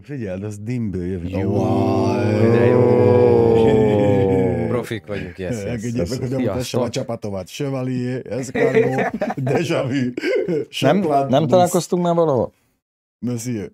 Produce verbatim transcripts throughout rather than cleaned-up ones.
Figyeld, az dimbő jövő. Jó, de jó. Profik vagyunk, yes, yes. Engedjétek, hogy bemutassam a csapatomat. Chevalier, Escargot, Déjà Vu, Nem, nem találkoztunk már valahol? Monsieur.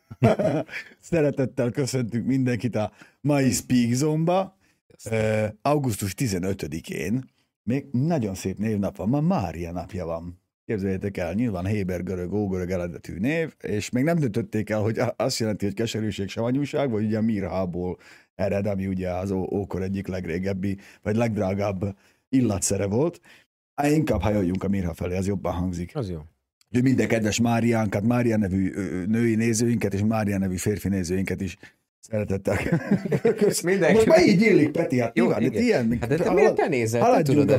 Szeretettel köszöntünk mindenkit a mai Speak Zone-ba. Uh, augusztus tizenötödikén még nagyon szép névnap van, ma Mária napja van. Képzeljétek el, nyilván héber, görög, ógörög eredetű név, és még nem döntötték el, hogy azt jelenti, hogy keserűség, savanyúság, vagy ugye Mirhából ered, ami ugye az ókor egyik legrégebbi, vagy legdrágább illatszere volt. Á, inkább hajoljunk a Mirha felé, az jobban hangzik. Az jó. Úgyhogy minden kedves Máriánkat, Mária nevű női nézőinket, és Mária nevű férfi nézőinket is szeretettel. Mindenki. Most már így illik, Peti, hát jó, nyilván, igen. ilyen. Hát de te miért te nézel? Te tudod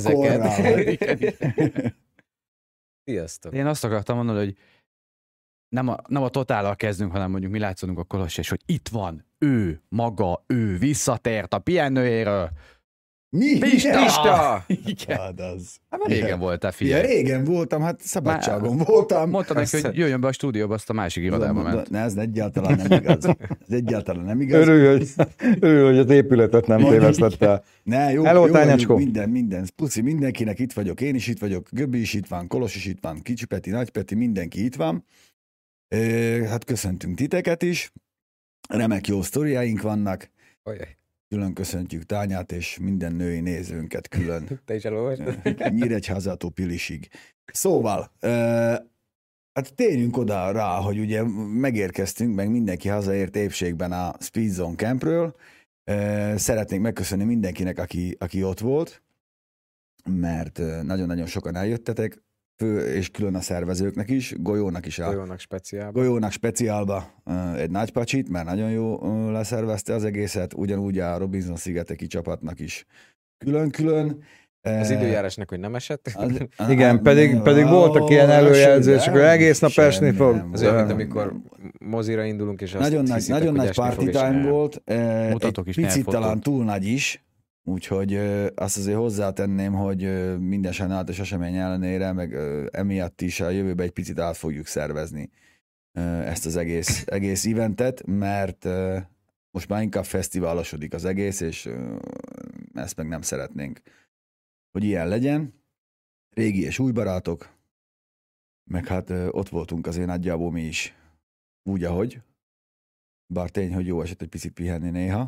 ezeket. Sziasztok. Én azt akartam mondani, hogy nem a, nem a totállal kezdünk, hanem mondjuk mi látszunk a Kolos, és hogy itt van ő, maga, ő visszatért a pihenőjéről. Mi? Pista! Pista! Igen. Hát az. Hát már régen voltál, figyelj. Ja, régen voltam, hát szabadságon már voltam. Mondtam neki, hogy jöjjön be a stúdióba, azt a másik irodába ment. Ne, ez egyáltalán nem igaz. Ez egyáltalán nem igaz. Örülj, hogy, örülj, hogy az épületet nem tévesztettel. Ne, jó, Hello, jó Tányácskó. minden, minden. Puszi mindenkinek, itt vagyok, én is itt vagyok, Göbbi is itt van, Kolos is itt van, Kicsi Peti, Nagy Peti, mindenki itt van. E, hát köszöntünk titeket is. Remek jó sztoriáink vannak. Ojjaj. Külön köszöntjük Tányát és minden női nézőnket külön. Te is elolvastad? Nyíregyházától Pilisig. Szóval, e, hát térjünk oda rá, hogy ugye megérkeztünk, meg mindenki hazaért épségben a Speak Zone Campről. E, szeretnék megköszönni mindenkinek, aki, aki ott volt, mert nagyon-nagyon sokan eljöttetek, fő és külön a szervezőknek is, Golyónak is a Golyónak speciálba. Golyónak speciálba egy nagy pacsit, mert nagyon jó leszervezte az egészet, ugyanúgy a Robinson szigeteki csapatnak is külön-külön. Az időjárásnak, hogy nem esett? Az, Igen, á, pedig, nem, pedig voltak ilyen á, előjelzések, hogy egész nap semmi esni fog. nem Az olyan, mint volt. amikor mozira indulunk, és azt Nagyon nagy, hiszitek, nagyon hogy nagy esni fog, party és time nem. volt, eh, Mutatok egy is picit nyelvfotót. talán túl nagy is, úgyhogy eh, azt azért hozzátenném, hogy eh, minden sajnálatos esemény ellenére, meg eh, emiatt is a jövőben egy picit át fogjuk szervezni eh, ezt az egész, egész eventet, mert eh, most már inkább fesztiválosodik az egész, és eh, ezt meg nem szeretnénk, hogy ilyen legyen. Régi és új barátok, meg hát eh, ott voltunk azért nagyjából mi is úgy, ahogy. Bár tény, hogy jó esett egy picit pihenni néha.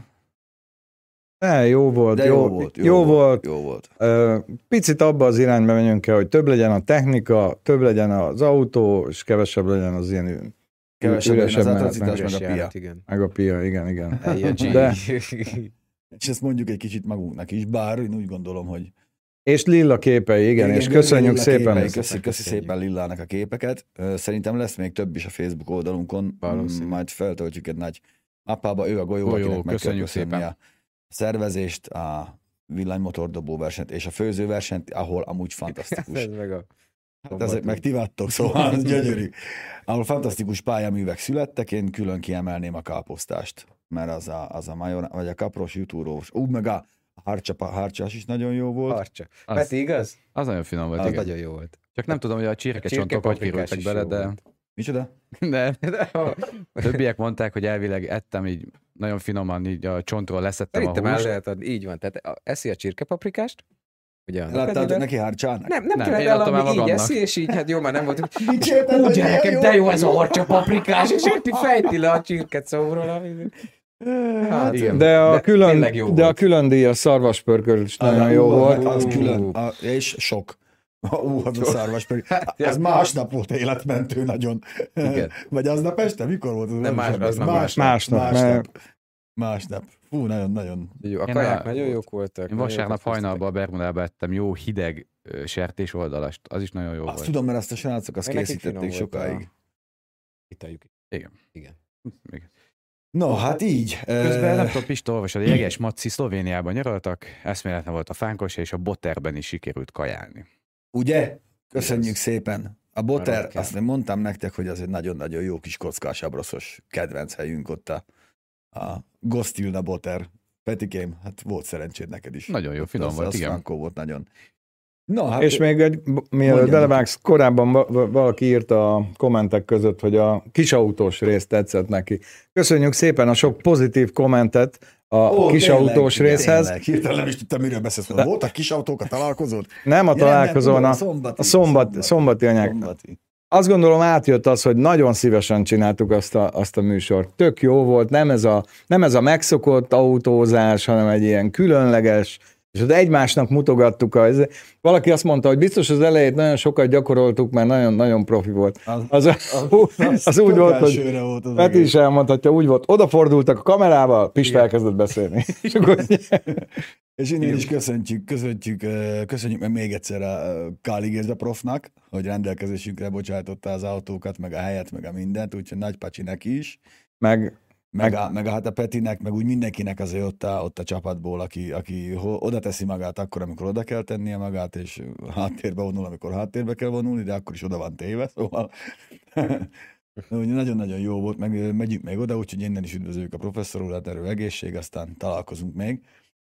Ne, jó volt, De jó, jó volt. Jó, jó volt. volt. Jó volt. Ö, Picit abba az irányba menjünk el, hogy több legyen a technika, több legyen az autó, és kevesebb legyen az ilyen Kevesebb legyen az üresebb atrocitás, menet, meg a pia. Járat, igen. meg a pia, igen, igen. Eljön G. De- És ezt mondjuk egy kicsit magunknak is, bár én úgy gondolom, hogy... És Lilla képei, igen, és köszönjük Lilla szépen. képei, ezt. Köszi, köszi Köszönjük. szépen Lillának a képeket. Ö, Szerintem lesz még több is a Facebook oldalunkon. Valószínű. Mm, Majd feltöltjük egy nagy mappába. Ő a Golyó, Golyó, akinek meg kell köszönjük köszönni szépen. a szervezést, a villanymotordobó versenyt és a főzőversenyt, ahol amúgy fantasztikus. Ez meg a... Hát ezek meg ti vagytok, szóval az gyönyörű. Ahol fantasztikus pályaművek születtek, én külön kiemelném a káposztást, mert az a, az a major, vagy a kapros, jutúrós, ú, meg a harcsa, harcsás is nagyon jó volt. Harcsa. Az- Peti, igaz? Az nagyon finom volt, Az igen. nagyon jó volt. Csak nem tudom, hogy a csirkecsontok hogy csirkepaprikás kerültek is bele, jó de, volt. Micsoda? de a többiek mondták, hogy elvileg ettem így nagyon finoman, így a csontról leszettem Szerintem a el húst. lehet adni. Így van. Tehát a- eszi a csirkepaprikást. Ugye annak Láttál egyben- neki harcsának? Nem, nem, Nem, kellett én adtam eladni, el így magamnak. eszi, és így, hát jó, már nem volt. Dicsérted, Ú, hogy gyerekek, milyen de jó ez a harcsa paprikás, és ott így fejti le a csirkecomról. Hát, igen. De a, De külön, tényleg jó de a volt. külön díjas szarvaspörköl is nagyon jó Ú, volt. Az Ú. külön, a, és sok. Ú, az a szarvas pedig. Hát, Az ja. másnap volt életmentő nagyon. Igen. Vagy aznap este? Mikor volt? Az Nem, más- sem, aznap másnap. másnap, Másnap. Másnap. Fú, nagyon-nagyon. Jó, a Én kaják a- nagyon jók voltak. Én nagyon vasárnap jókat hajnalban a Bermudába ettem jó hideg ö, sertés oldalast, az is nagyon jó Azt volt. tudom, mert azt a srácok azt Meg nekik készítették finom volt sokáig. Italjuk. Igen. Igen. Még. No, hát így. Közben eh, nem tudom, Pista olvasod, a Jeges Maci Szlovéniában nyaraltak, eszméletlen volt a fánkos, és a Botterben is sikerült kajálni. Ugye? Köszönjük szépen. A Botter, Arra kell. azt én mondtam nektek, hogy az egy nagyon-nagyon jó kis kockás abroszos kedvenc helyünk ott a, a Gostilna Botter. Petikém, hát volt szerencséd neked is. Nagyon jó, finom az, volt, az igen. frankó volt nagyon. Na, hát És még egy, mielőtt belevágsz, korábban valaki írta a kommentek között, hogy a kisautós rész tetszett neki. Köszönjük szépen a sok pozitív kommentet a Ó, kisautós tényleg, részhez. Tényleg. Hirtelen nem is tudtam, miről beszélsz. De... Voltak kisautók a találkozót? Nem a találkozón, a, a szombati, a szombati, szombati anyag. Szombati. Azt gondolom átjött az, hogy nagyon szívesen csináltuk azt a, azt a műsort. Tök jó volt, nem ez, a, nem ez a megszokott autózás, hanem egy ilyen különleges, és ott egymásnak mutogattuk. A, ez, valaki azt mondta, hogy biztos az elejét nagyon sokat gyakoroltuk, mert nagyon-nagyon profi volt. Az, az, az, az, az úgy volt, hogy volt Peti is elmondhatja, úgy volt, odafordultak a kamerával, Pista elkezdett beszélni. és, akkor, és innen is köszöntjük, köszöntjük, köszönjük meg még egyszer a Káli Géza profnak, hogy rendelkezésünkre bocsájtotta az autókat, meg a helyet, meg a mindent, úgyhogy nagy pacsi neki is. Meg Meg, meg, a, meg a, hát a Petinek, meg úgy mindenkinek azért ott a, ott a csapatból, aki, aki oda teszi magát akkor, amikor oda kell tennie magát, és háttérbe vonul, amikor háttérbe kell vonulni, de akkor is oda van téve, szóval nagyon-nagyon jó volt, meg megyünk még oda, úgyhogy innen is üdvözöljük a professzor urat, erő egészség, aztán találkozunk még.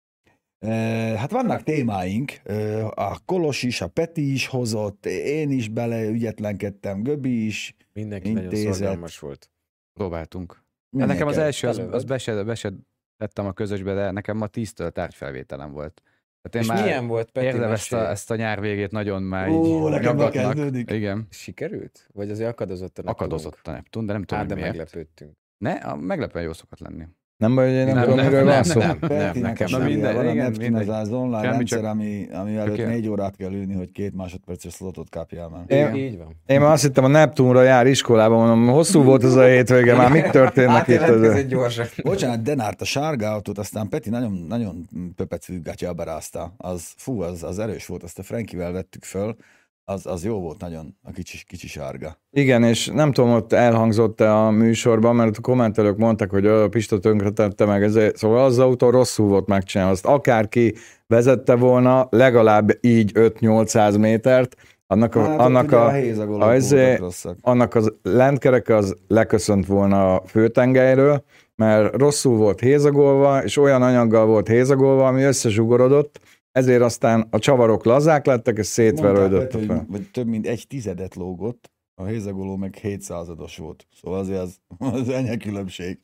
Hát vannak témáink, a Kolos is, a Peti is hozott, én is bele ügyetlenkedtem, Göbi is. Mindenki intézet. Nagyon szorgalmas volt. Próbáltunk. Hát nekem az első, az, az besed, besed tettem a közösbe, de nekem ma tíztől tárgyfelvételem volt. Hát én és milyen volt, Peti? Érzem ezt a, ezt a nyár végét nagyon már Ó, így nyaggatnak. Igen. Sikerült? Vagy azért akadozott a Neptun? Akadozott a Neptun, de nem tudom, hát, de miért. meglepődtünk. Ne, a meglepően jó szokott lenni. Nem baj, hogy én nem, nem tudom, miről van szó. Nem, nem, nem, nekem nem. Minden, van a Neptun, az az online Semmi rendszer, csak... ami, ami előtt okay. négy órát kell ülni, hogy két másodperces szlotot kapjál már. Én, így van. Én már azt hittem, a Neptunra jár iskolában, mondom, hosszú volt az a hétvége, már mit történnek itt? Ez Bocsánat, Denárt, a sárga autót, aztán Peti nagyon, nagyon pöpecű gatyába rázta. Az, fú, az, az erős volt, azt a Frankivel vettük föl. Az, az jó volt nagyon, a kicsi, kicsi sárga. Igen, és nem tudom, ott elhangzott-e a műsorban, mert a kommentelők mondták, hogy a Pista tönkretette meg, ezért, szóval az autó rosszul volt megcsinálva. Azt akárki vezette volna, legalább így öt-nyolcszáz métert, annak a, hát, annak a, a, a ezért, annak az lentkereke az leköszönt volna a főtengelyről, mert rosszul volt hézagolva, és olyan anyaggal volt hézagolva, ami összezsugorodott, ezért aztán a csavarok lazák lettek, és szétverődött. Mondták, hogy, vagy több mint egy tizedet lógott, a hézagoló meg hétszázados volt. Szóval azért az, az enyhe különbség.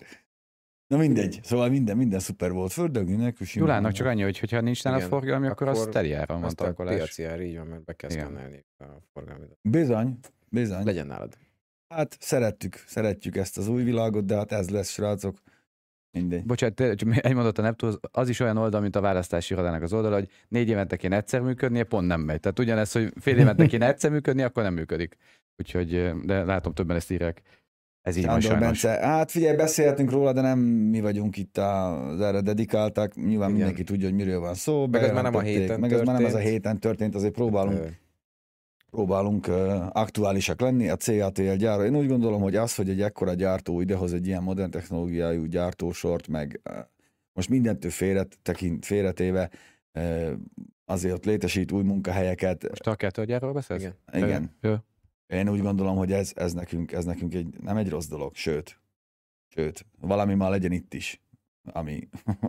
Na mindegy, szóval minden, minden szuper volt. Földögni nélkül simán. Gyulának csak annyi, hogy ha nincs nála forgalmi, akkor, akkor az teriáron van tankolás. Piaci ár, így van, mert be kell szkennelni a forgalmi. Bizony, bizony. Legyen nálad. Hát szeretjük, szeretjük ezt az új világot, de hát ez lesz, srácok. Mindegy. Bocsánat, egy mondat a Neptun, az is olyan oldal, mint a választási irodának az oldal, hogy négy évente kéne egyszer működnie, pont nem megy. Tehát ugyanez, hogy fél évente kéne egyszer működni, akkor nem működik. Úgyhogy, de látom, többen ezt írják. Ez így van sajnos. Hát figyelj, beszélhetünk róla, de nem mi vagyunk itt az erre dedikáltak. Nyilván igen. Mindenki tudja, hogy miről van szó. Meg ez már nem a héten Meg ez már nem az a héten történt, azért próbálunk, hát, próbálunk uh, aktuálisak lenni. A cé á té el gyáró. Én úgy gondolom, hogy az, hogy egy ekkora gyártó idehoz egy ilyen modern technológiájú gyártósort, meg uh, most mindentől félre, tekint, félretéve uh, azért ott létesít új munkahelyeket. Most a kettőgyárról beszélsz? Igen. Igen. Jó. Én úgy gondolom, hogy ez, ez, nekünk, ez nekünk egy, nem egy rossz dolog, sőt, sőt, valami már legyen itt is, ami,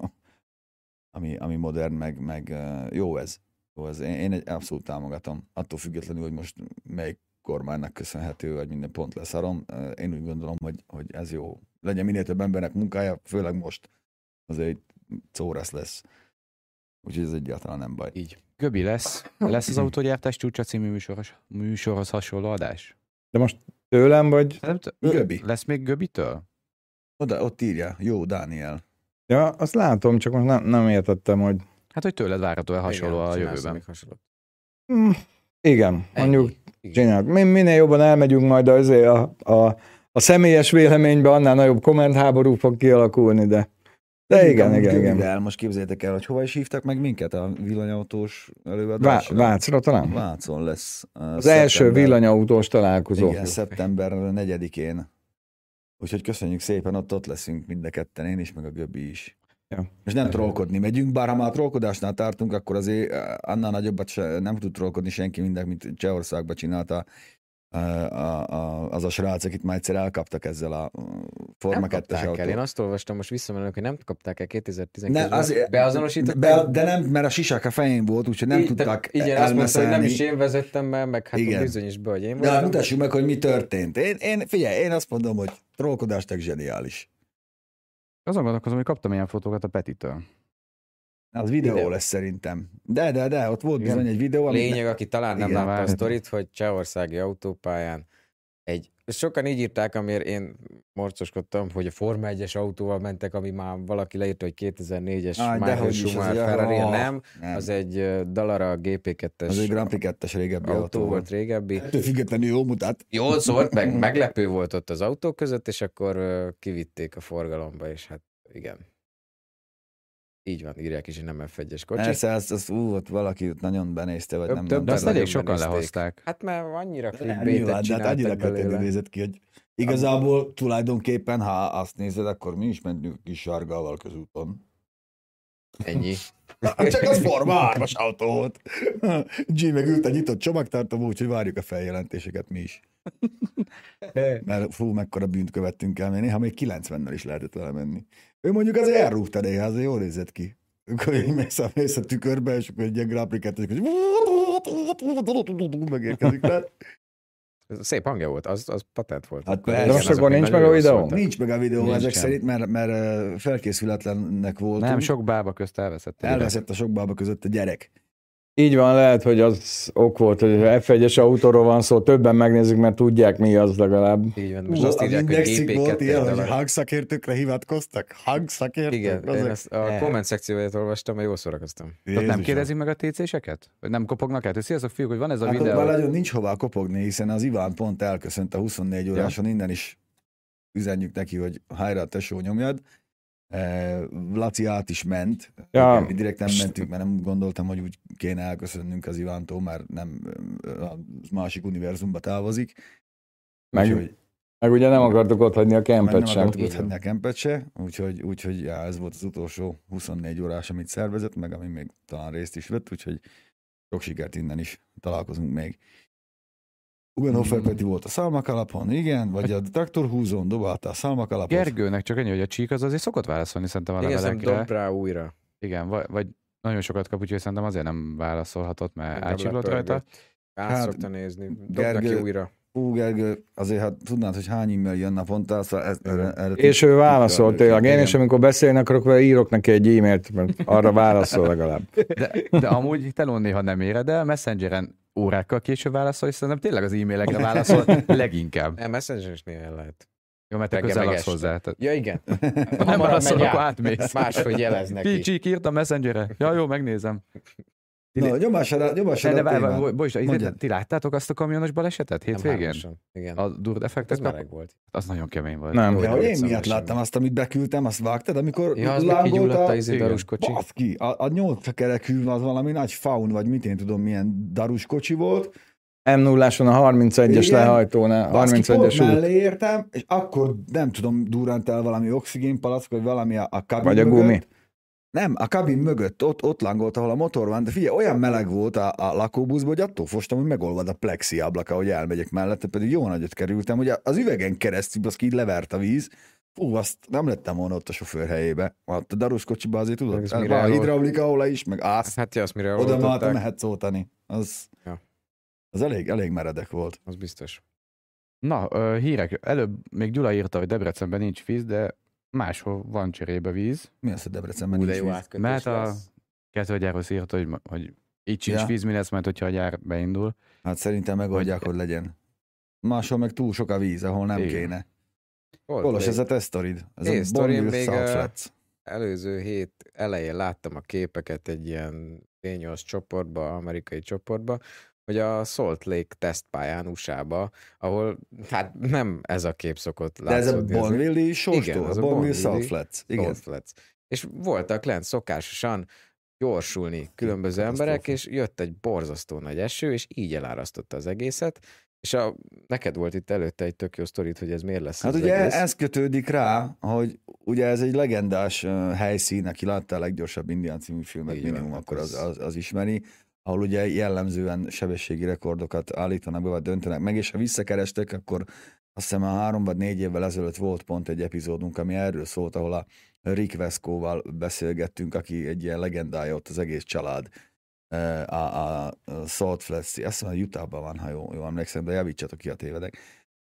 ami, ami modern, meg, meg jó ez. Jó ez. Én, én egy abszolút támogatom. Attól függetlenül, hogy most melyik kormánynak köszönhető, vagy minden pont leszarom. Én úgy gondolom, hogy, hogy ez jó. Legyen minél több embernek munkája, főleg most. Azért szórasz lesz. Úgyhogy ez egyáltalán nem baj. Így. Göbi, lesz, lesz az Autógyártás Csúcsa című műsoros, műsorhoz hasonló adás? De most tőlem, vagy? Göbi. Lesz még Göbitől? Oda, ott írja. Jó, Dániel. Ja, azt látom, csak most nem, nem értettem, hogy... Hát, hogy tőled várható-e hasonló igen, a jövőben. Mm, igen, mondjuk csináld. Minél jobban elmegyünk majd azért a, a, a személyes véleménybe, annál nagyobb kommentháború fog kialakulni, de... De igen, igen, igen. El, most képzeljétek el, hogy hova is hívtak meg minket a villanyautós előadásra? Vá- Vácra talán? Vácon lesz. Az szeptember, első villanyautós találkozó. Igen, szeptember negyedikén. Úgyhogy köszönjük szépen, ott, ott leszünk mind a ketten, én is, meg a Göbi is. Ja. És nem trollkodni megyünk, bár ha már a trollkodásnál tartunk, akkor azért annál nagyobbat se, nem tud trollkodni senki, mindent, mint Csehországban csinálta a, a, az a srác, akit már egyszer elkaptak ezzel a Forma kettes autó. Én azt olvastam, most visszamenőleg, hogy nem kapták el kétezer-tizenkettőben. Beazonosították? Be, de nem, mert a sisak a fején volt, úgyhogy nem I, tudtak igen, elmeszelni. Azt mondta, hogy nem is én vezettem be, meg hát igen. Bizonyos be, hogy én voltam. De mutassuk meg, hogy mi történt. Én, én, figyelj, én azt mondom, hogy trollkodás tök zseniális. Azon gondolkozom, hogy kaptam ilyen fotókat a Petitől. Az videó, videó lesz szerintem. De, de, de, ott volt igen. bizony egy videó. Lényeg, amit... aki talán nem látta a sztorit, hogy csehországi autópályán egy, sokan így írták, amiért én morcoskodtam, hogy a Forma egyes autóval mentek, ami már valaki leírta, hogy kétezer-négyes Michael Schumacher Ferrari, oh, nem, nem, az egy Dallara gé pé kettes. Az egy Grand Prix kettes régebbi autó, autó volt régebbi. Ettől függetlenül jól mutat. Jól szólt, meg meglepő volt ott az autók között, és akkor kivitték a forgalomba, és hát igen. Így van, írják is, hogy nem ef egyes kocsi. Persze, azt, azt ú, ott valaki nagyon benézte, vagy több, nem. Több, de azt elég sokan lehozták. Hát mert annyira clickbaitet csináltak annyira kötődő nézett ki, hogy igazából tulajdonképpen, ha azt nézed, akkor mi is mentünk kis sárgával közúton. Ennyi. Csak az Forma hármas autó volt. G meg ült egy nyitott csomagtartóba, úgyhogy várjuk a feljelentéseket mi is. Mert fú, mekkora bűnt követtünk el, mert néha még kilencvennel is lehetett vele menni. Ő mondjuk azért elrúgta néha, azért jól nézett ki. Akkor mész a, mész a tükörbe, és akkor egy ilyen Grand Prix kettes, hogy megérkezik le. Szép hangja volt, az, az patent volt. Hát de most akkor nincs meg a videó? Nincs meg a videó nincs ezek sem. Szerint, mert, mert felkészületlennek voltunk. Nem, sok bába közt elveszett. Elveszett a sok bába között a gyerek. Így van, lehet, hogy az ok volt, hogy ef egyes autóról van szó, többen megnézik, mert tudják mi az legalább. Így van, most azt írják, hogy gé pé kettes. Hogy hangszakértőkre hivatkoztak? Hangszakértők? Igen, én ezt a komment szekcióját olvastam, mert jól szórakoztam. Tehát nem kérdezik meg a té cé-seket? Vagy nem kopognak át? Sziasztok fiúk, hogy van ez a hát videó? Hát nagyon nincs hová kopogni, hiszen az Iván pont elköszönt a huszonnégy óráson, ja. Innen is üzenjük neki, hogy hajrá, tesó, nyomjad. Laci át is ment. Ja. Mi direkt nem mentünk, mert nem gondoltam, hogy úgy kéne elköszönnünk az Ivántól, mert nem a másik univerzumba távozik. Meg, úgyhogy, meg ugye nem akartuk ott hagyni a kempet sem. Nem akartuk ott hagyni a kempet se, úgyhogy, úgyhogy ja, ez volt az utolsó huszonnégy órás, amit szervezett, meg ami még talán részt is vett, úgyhogy sok sikert innen is, találkozunk még. Ubenhofer Peti volt a szalmakalapon, igen, vagy a traktorhúzón dobálta a szalmakalapot. Gergőnek csak ennyi, hogy a Csík az azért szokott válaszolni szerintem a levelekre. Igen, dob rá újra. Igen, vagy, vagy nagyon sokat kap, úgyhogy szerintem azért nem válaszolhatott, mert átcsiklott rajta. Át hát, szokta nézni, dob neki újra. Ú, Gergő, azért hát tudnád, hogy hány e-mail jön naponta, szóval ez, erre, erre és ő válaszol tényleg. Én is, amikor beszélnek, akkor írok neki egy e-mailt, mert arra válaszol legalább. De, de amúgy telón néha nem éred el, Messengeren órákkal később válaszol, és szerintem tényleg az e-mailekre válaszol leginkább. Nem, Messenger is néha lehet. Jó, mert te közel laksz hozzá. Tehát... Ja, igen. Ha nem válaszol, akkor átmész. Máshogy jelez neki. Csík írtam Messengerre. Ja, jó, megnézem. No, nyomásra, nyomásra de, de, Bocs, ti láttátok azt a kamionos balesetet hétvégén? Igen. A durd effektet meleg volt. Az nagyon kemény volt. Nem. Ja, én miatt láttam azt, amit beküldtem, azt vágtad, amikor ja, az lángolt a izé darus kocsi. Baszki, a, a nyolc kerekű az valami nagy faun, vagy mit én tudom, milyen darus kocsi volt. em nulláson a harmincegyes lehajtónál, harmincegyes út. Mellé értem, és akkor nem tudom, durrant el valami oxigénpalack, vagy valami a, a kabin vagy a mögött. gumi. Nem, a kabin mögött, ott, ott lángolt, ahol a motor van, de figyelj, olyan meleg volt a, a lakóbuszban, hogy attól fostam, hogy megolvad a plexi ablaka, hogy elmegyek mellette, pedig jó nagyot kerültem, hogy az üvegen keresztül az így levert a víz. Fú, azt nem lettem volna ott a sofőr helyébe. Ott a darus kocsiba azért tudod, van a hidraulika olaj is, meg ász. Hát ja, azt mire oda már mehetsz oltani. Az, ja. az elég, elég meredek volt. Az biztos. Na, uh, hírek. Előbb még Gyula írta, hogy Debrecenben nincs víz, de máshol van cserébe víz. Mi az, hogy Debrecenben nincs víz? Mert a kettőgyárhoz írta, hogy, hogy így sincs ja. víz, mi lesz, mert hogyha a gyár beindul. Hát szerintem megoldják, hogy, hogy legyen. Máshol meg túl sok a víz, ahol nem igen. kéne. Kolos, ez a te sztorid. Ez é, a Bonville még Southflats. Előző hét elején láttam a képeket egy ilyen té nyolc csoportba, amerikai csoportba, hogy a Salt Lake tesztpályán u es á-ba, ahol hát nem ez a kép szokott látszódni. De ez a Bonville-i sóstól, a Bonville Southflats. Igen. És voltak lent szokásosan gyorsulni különböző emberek, és jött egy borzasztó nagy eső, és így elárasztotta az egészet, és a, neked volt itt előtte egy tök jó sztorit, hogy ez miért lesz. Hát ugye egész. Ez kötődik rá, hogy ugye ez egy legendás uh, helyszín, aki látta a Leggyorsabb Indián című filmet, így minimum van, akkor az, az, az ismeri, ahol ugye jellemzően sebességi rekordokat állítanak be, vagy döntenek meg, és ha visszakerestek, akkor azt hiszem a három vagy négy évvel ezelőtt volt pont egy epizódunk, ami erről szólt, ahol a Rick Vescoval beszélgettünk, aki egy ilyen legendája ott az egész család. A, a, a Salt Flats, azt hiszem, hogy Utahban van, ha jól, jól emlékszem, de javítsatok ki, a tévedek.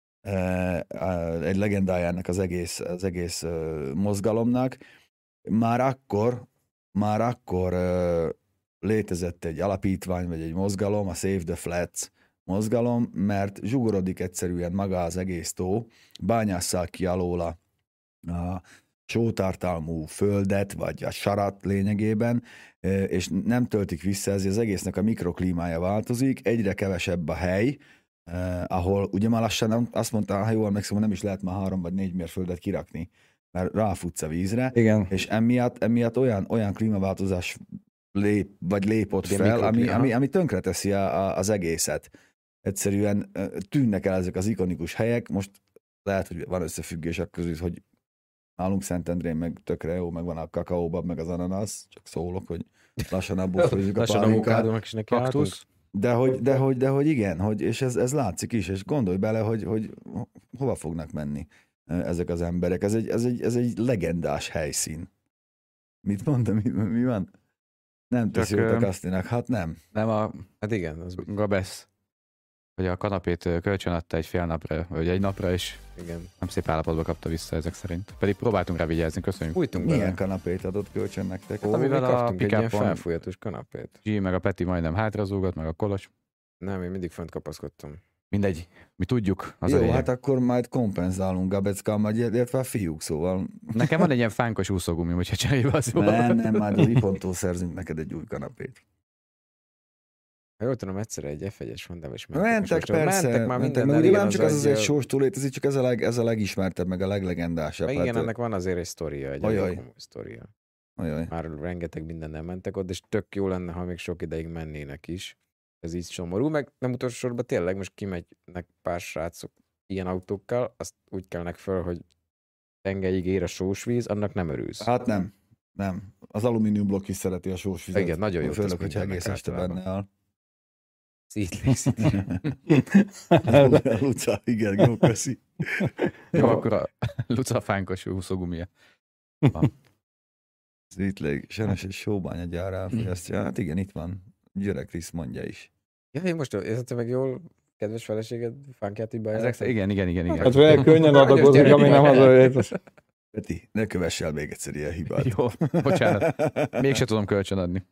Egy legendájának az egész, az egész mozgalomnak. Már akkor, már akkor létezett egy alapítvány, vagy egy mozgalom, a Save the Flats mozgalom, mert zsugorodik egyszerűen maga az egész tó, bányásszák ki alóla a sótartalmú földet, vagy a sarat lényegében, és nem töltik vissza, ezért az egésznek a mikroklímája változik, egyre kevesebb a hely, eh, ahol ugye már lassan nem, azt mondta, ha jól emlékszem, nem is lehet már három vagy négy mérföldet kirakni, mert ráfutsz a vízre, Igen. és emiatt, emiatt olyan, olyan klímaváltozás lép, vagy lépott fel, ami, ami, ami tönkreteszi a, a, az egészet. Egyszerűen tűnnek el ezek az ikonikus helyek, most lehet, hogy van összefüggés a között, hogy nálunk Szentendrén meg tökre jó, meg van a kakaóbab, meg az ananasz, csak szólok, hogy lassan abból főzzük a pálinkát. Kaktusz. De hogy, de hogy, de hogy igen, hogy, és ez, ez látszik is, és gondolj bele, hogy, hogy hova fognak menni ezek az emberek. Ez egy, ez egy, ez egy legendás helyszín. Mit mondtam, mi, mi van? Nem tesz jót a Kasztinak, hát nem. Nem a... Hát igen, az Gabesz, hogy a kanapét kölcsön adta egy fél napra, vagy egy napra, és igen. nem szép állapotba kapta vissza ezek szerint. Pedig próbáltunk rá vigyázni, köszönjük. Fújtunk Milyen bele. kanapét adott kölcsön nektek? Ó, amivel mi a kaptunk egy ilyen pick-upon felfújatos kanapét. G meg a Peti majdnem hátrazúgott, meg a Kolos. Nem, én mindig fönt kapaszkodtam. Mindegy, mi tudjuk. Az Jó, a lényeg. hát akkor majd kompenzálunk Gabecka, majd illetve a fiúk, szóval... Nekem van egy ilyen fánkos úszógumi, hogyha cserébe az jó. Nem, nem, majd a Vipontól szerzünk neked egy új kanapét. Ha jól tudom, egyszer egy ef egyes Hondával is mentek. Mentek, persze. Mentek már mentek, minden. meg ugye nem csak az az egy sóstól létezik, csak ez a, leg, ez a legismertebb, meg a leglegendásabb. Igen, hát, ennek van azért egy sztoria, egy ajaj. nagyon komoly sztoria. Ajaj. Már rengeteg minden nem mentek ott, és tök jó lenne, ha még sok ideig mennének is. Ez így szomorú, meg nem utolsó sorban tényleg most kimegynek pár srácok ilyen autókkal, azt úgy kelnek föl, hogy tengelyig ér a sós víz, annak nem örülsz. Hát nem, nem. Az alumíniumblokk is szereti a sós vizet. Igen, nagyon jó. Főleg, hogyha egész este benne áll. Szítlik, szítlik. Luca, igen, jó, köszi. Jó, akkor a Luca fánkos úszógumia. Szítlik, Senes és Sóbánya gyár elfogyasztja. Hát igen, itt van. Györeg Krisz mondja is. Ja, én most érted meg jól, kedves feleséged, fánkját így bejelent? Igen, igen, igen, igen. Hát olyan könnyen adagozik, ami nem az. Peti, ne kövess el még egyszer ilyen hibát. Jó, bocsánat. Mégse tudom kölcsön adni.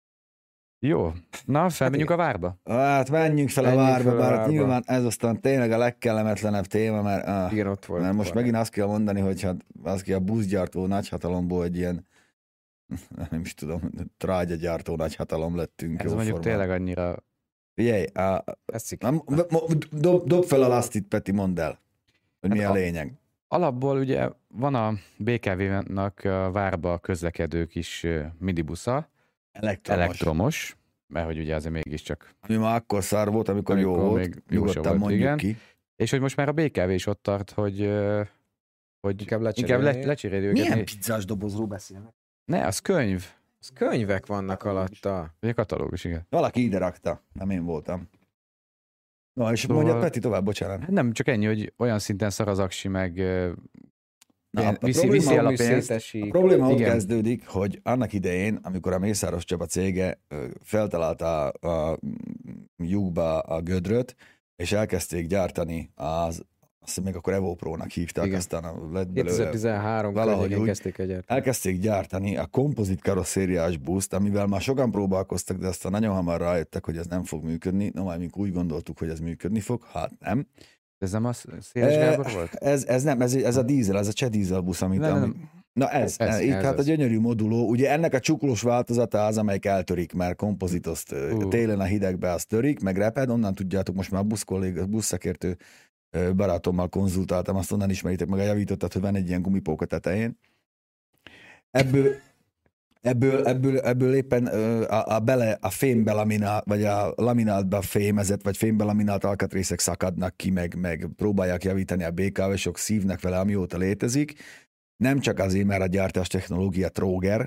Jó, na, felmenjünk a várba. Hát menjünk fel a Menjünk várba, fel a bár várba. nyilván ez aztán tényleg a legkellemetlenebb téma, mert, ah, Igen, ott volt. mert most megint azt kell mondani, hogy hát az ki a buszgyártó nagyhatalomból egy ilyen, nem is tudom, trágyagyártó nagyhatalom lettünk. Ez mondjuk tényleg annyira... Figyelj, a, Eszik. na, dob, dob fel a lasztit, Peti, mondd el, hogy Hát mi a a- lényeg. Alapból ugye van a bé ká vé-nak a várba közlekedő kis ö, minibusza, Elektromos. elektromos, mert hogy ugye azért mégiscsak. Ami már akkor szár volt, amikor, Amikor jó volt, még jó se nyugodtan volt, mondjuk igen. ki. És hogy most már a bé ká vé is ott tart, hogy, ö, hogy Inkább inkább lecserélni. le, lecseréli őket. Milyen Ne- pizzás dobozról beszélnek? Ne, az könyv. Az könyvek vannak alatta. Vagy a katalógus, igen. Valaki ide rakta, nem én voltam. Na, és Szóval- mondja Peti tovább, bocsánat. Hát nem, csak ennyi, hogy olyan szinten szar az aksi, meg ö, Na, ilyen- a viszi, probléma- viszi el a Valami pénzt. szétesik. A probléma ott Igen. kezdődik, hogy annak idején, amikor a Mészáros Csaba cége ö, feltalálta a, a lyukba a gödröt, és elkezdték gyártani az, azt hiszem még akkor Evo Pro-nak hívták, Igen. aztán a- lett belőle, kétezer-tizenhárom valahogy környékén úgy. kezdték egyet. elkezdték gyártani a kompozit karosszériás buszt, amivel már sokan próbálkoztak, de aztán nagyon hamar rájöttek, hogy ez nem fog működni. No, majd mink úgy gondoltuk, hogy ez működni fog, hát nem. Ez nem az Széles E, Gábor volt? Ez, ez nem, ez, ez a dízel, ez a cseh dízel busz, amit... Nem, ami, nem. Na ez, Ez, ez itt ez hát az. a gyönyörű moduló, ugye ennek a csuklós változata az, amelyik eltörik, mert kompozitot Ú. télen a hidegbe az törik, meg reped, onnan tudjátok, most már a buszkollég, a buszszakértő ö, barátommal konzultáltam, azt onnan ismeritek meg a javítottat, hogy van egy ilyen gumipók a tetején. Ebből, ebből, ebből, ebből éppen ö, a, a, bele, a fémbe laminált, vagy a lamináltba fémezett, vagy fémbe laminált alkatrészek szakadnak ki, meg, meg próbálják javítani a bé ká vé-sok, szívnek vele, amióta létezik. Nem csak azért, mert a gyártás technológia tróger,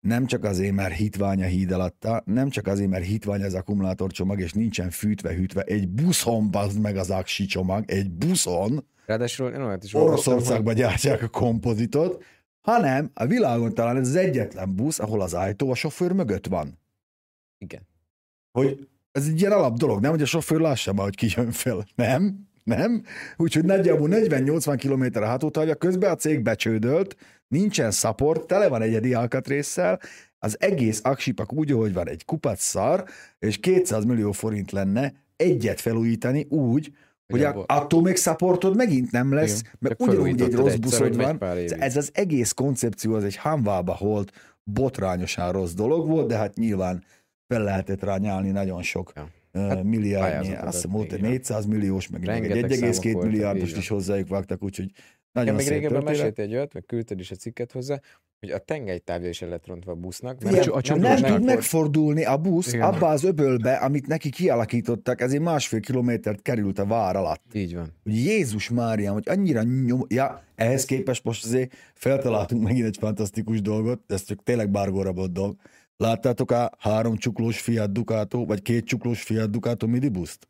nem csak azért, mert hitvány a híd alatta, nem csak azért, mert hitvány az akkumulátorcsomag, és nincsen fűtve-hűtve, egy buszon bazd meg az aksi csomag, egy buszon, ráadásul én olyat is Oroszországban gyártják a kompozitot, hanem a világon talán ez az egyetlen busz, ahol az ajtó a sofőr mögött van. Igen. Hogy ez egy ilyen alap dolog, nem, hogy a sofőr lássa már, hogy ki jön fel. Nem, nem. Úgyhogy nagyjából negyven-nyolcvan kilométer a hatótávja, közben a cég becsődölt, nincsen support, tele van egyedi alkatrésszel, az egész aksipak úgy, ahogy van, egy kupac szar, és kétszáz millió forint lenne egyet felújítani úgy, hogy a, attól még supportod megint nem lesz, igen, mert ugyanúgy egy rossz buszod van. Ez az egész koncepció, az egy hamvába holt, botrányosan rossz dolog volt, de hát nyilván fel lehetett rá nyálni nagyon sok ja. uh, milliárdnyi, azt hiszem volt egy négyszáz milliós, meg egy egy egész két milliárdos is hozzájuk vágtak, úgyhogy nagyon szép történet. Még régebben meséltél egy olyat, meg küldted is a cikket hozzá, hogy a tengelytávja is el lett rontva a busznak. Mert igen, a a nem tud for... megfordulni a busz igen. abba az öbölbe, amit neki kialakítottak, ezért másfél kilométert került a vár alatt. Így van. Hogy Jézus Mária, hogy annyira nyom... Ja, ehhez képest most azért feltaláltunk megint egy fantasztikus dolgot, de ez csak tényleg bárgóra volt dolg. Láttátok a három csuklós Fiat Ducato, vagy két csuklós Fiat Ducato midibuszt?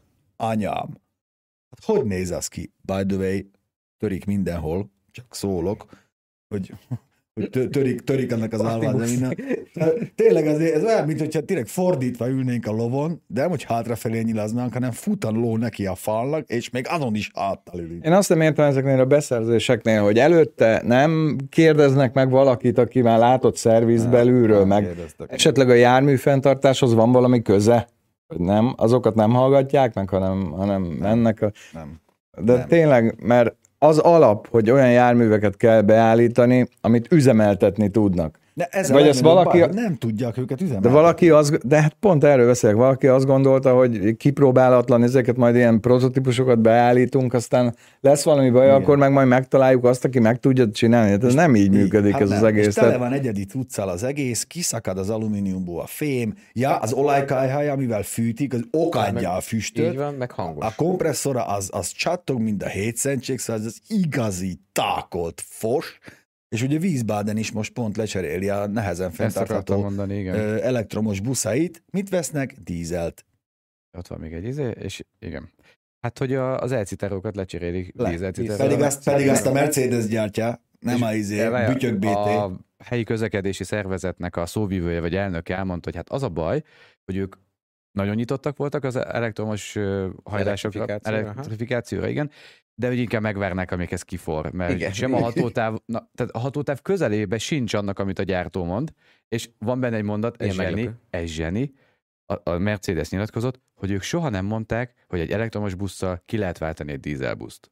Anyám. Hát hogy néz az ki? By the way, törik mindenhol, csak szólok, hogy, hogy törik, törik ennek az állvány, de minden. Tényleg azért, ez olyan, mint hogyha tényleg fordítva ülnénk a lovon, de nem, hogy hátrafelé nyilaznánk, hanem futan ló neki a falnak, és még azon is háttal ülünk. Én azt nem értem ezeknél a beszerzéseknél, hogy előtte nem kérdeznek meg valakit, aki már látott szerviz nem, belülről, nem meg esetleg a jármű fenntartáshoz van valami köze, hogy nem, azokat nem hallgatják meg, hanem, hanem nem, mennek a... Nem. De nem. Tényleg, mert az alap, hogy olyan járműveket kell beállítani, amit üzemeltetni tudnak. De ez Vagy ezt valaki... bár, nem tudják őket üzemeltetni. De valaki az, de hát pont erről beszélek, valaki azt gondolta, hogy kipróbálatlan ezeket majd ilyen prototípusokat beállítunk, aztán lesz valami baj, igen. akkor meg majd megtaláljuk azt, aki meg tudja csinálni. Hát ez nem így működik hát ez nem. az egész. És tele van egyedi cuccal az egész, kiszakad az alumíniumból a fém, ja, az olajkályhája, amivel fűtik, az okádja a füstöt. Így van, meg hangos. A kompresszora az, az csattog, mint a hétszentség, szóval ez az igazi tákolt fos. És ugye Wiesbaden is most pont lecseréli a nehezen fenntartható mondani, elektromos buszait. Mit vesznek? Dízelt. Ott van még egy izé, és igen. Hát, hogy a, az elciterókat lecserélik Le. dízelciterókat. Pedig azt, pedig azt a Mercedes gyártja, nem a izé, bütyök bé té. A helyi közlekedési szervezetnek a szóvivője vagy elnöke elmondta, hogy hát az a baj, hogy ők nagyon nyitottak voltak az elektromos hajlásokra, elektrifikációra, elektrifikációra igen, de hogy inkább megvárnák, amíg ez kifor, mert igen. sem a hatótáv, na, tehát a hatótáv közelébe sincs annak, amit a gyártó mond, és van benne egy mondat, ez zseni, ez zseni, a, a Mercedes nyilatkozott, hogy ők soha nem mondták, hogy egy elektromos busszal ki lehet váltani egy dízelbuszt.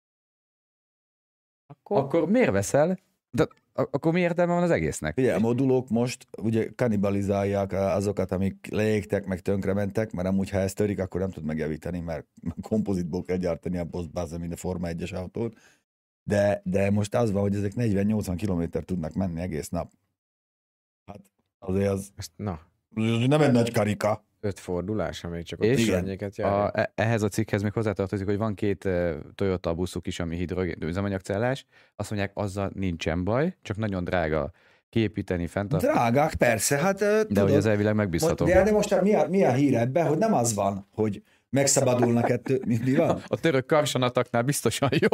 Akkor, akkor miért veszel? De akkor mi értelme van az egésznek? Ugye a modulok most ugye kannibalizálják azokat, amik leégtek, meg tönkrementek, mert amúgy, ha ez törik, akkor nem tud megjavítani, mert kompozitból kell gyártani a boss mint a Forma egyes autót. De, de most az van, hogy ezek negyven-nyolcvan kilométer tudnak menni egész nap. Hát azért az, Na. az nem egy nagy karika. Öt fordulás, amíg csak és a, ehhez a cikkhez még hozzátartozik, hogy van két uh, Toyota buszuk is, ami hidrogén üzemanyagcellás. Azt mondják, azzal nincsen baj, csak nagyon drága kiépíteni, fenntartani. Drágák, persze, hát uh, de tudod, hogy az elvileg megbízható. De, de most mi a, mi a hír ebben, hogy nem az van, hogy megszabadulnak ettől, mi, mi van? A török karsanataknál biztosan jó.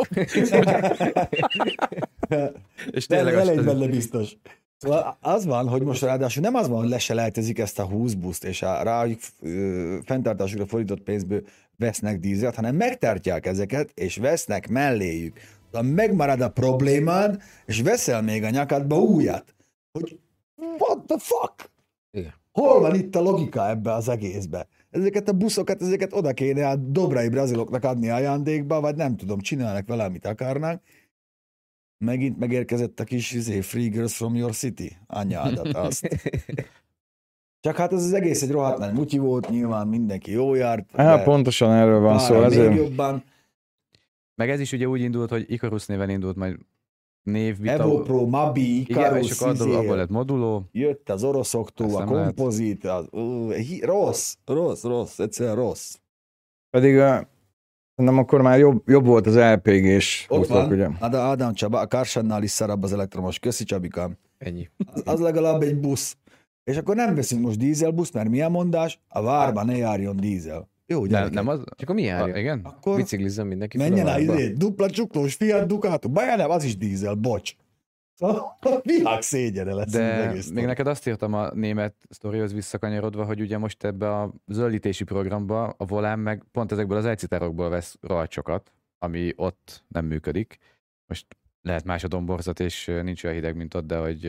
És tényleg elég benne biztos. Szóval az van, hogy most ráadásul nem az van, hogy leselejtezik ezt a húsz buszt, és a rájuk fenntartásukra fordított pénzből vesznek dízelt, hanem megtartják ezeket, és vesznek melléjük. Szóval megmarad a problémád, és veszel még a nyakadba újat. Hogy what the fuck? Igen. Hol van itt a logika ebbe az egészbe? Ezeket a buszokat, ezeket oda kéne a dobrai braziloknak adni ajándékba, vagy nem tudom, csinálnak vele, amit akarnánk. Megint megérkezett a kis izé, Free Girls from Your City. Anyádat azt. Csak hát ez az egész egy rohadt nagy mutyi volt, nyilván mindenki jó járt. Hát pontosan erről van szó. Ezért... jobban. Meg ez is ugye úgy indult, hogy Icarus néven indult, majd névvita. Evo Pro, Mabi, Icarus, igen, és akkor abból lett moduló. Jött az oroszoktól, a kompozit, az, uh, rossz, rossz, rossz, egyszerűen rossz. Pedig a nem, akkor már jobb, jobb volt az el pé gés. Ott van, ugye? Ádám Csaba, a Karsannál is szarabb az elektromos. Köszi, Csabikám. Ennyi. Az, az legalább egy busz. És akkor nem veszünk most dízelbusz, mert milyen mondás? A várban ne járjon dízel. Jó, Nem, nem az? És akkor mi járjon? A, igen? Akkor Biciklizzen mindenki. menjen fel a el várba. izé, dupla csuklós Fiat Ducato. Baj, nem, az is dízel, bocs. Szóval a világ szégyene lesz. De még neked azt írtam a német sztorihoz visszakanyarodva, hogy ugye most ebbe a zöldítési programba a volán meg pont ezekből az egycitárokból vesz rohadt sokat, ami ott nem működik. Most lehet más a domborzat, és nincs olyan hideg, mint ott, de hogy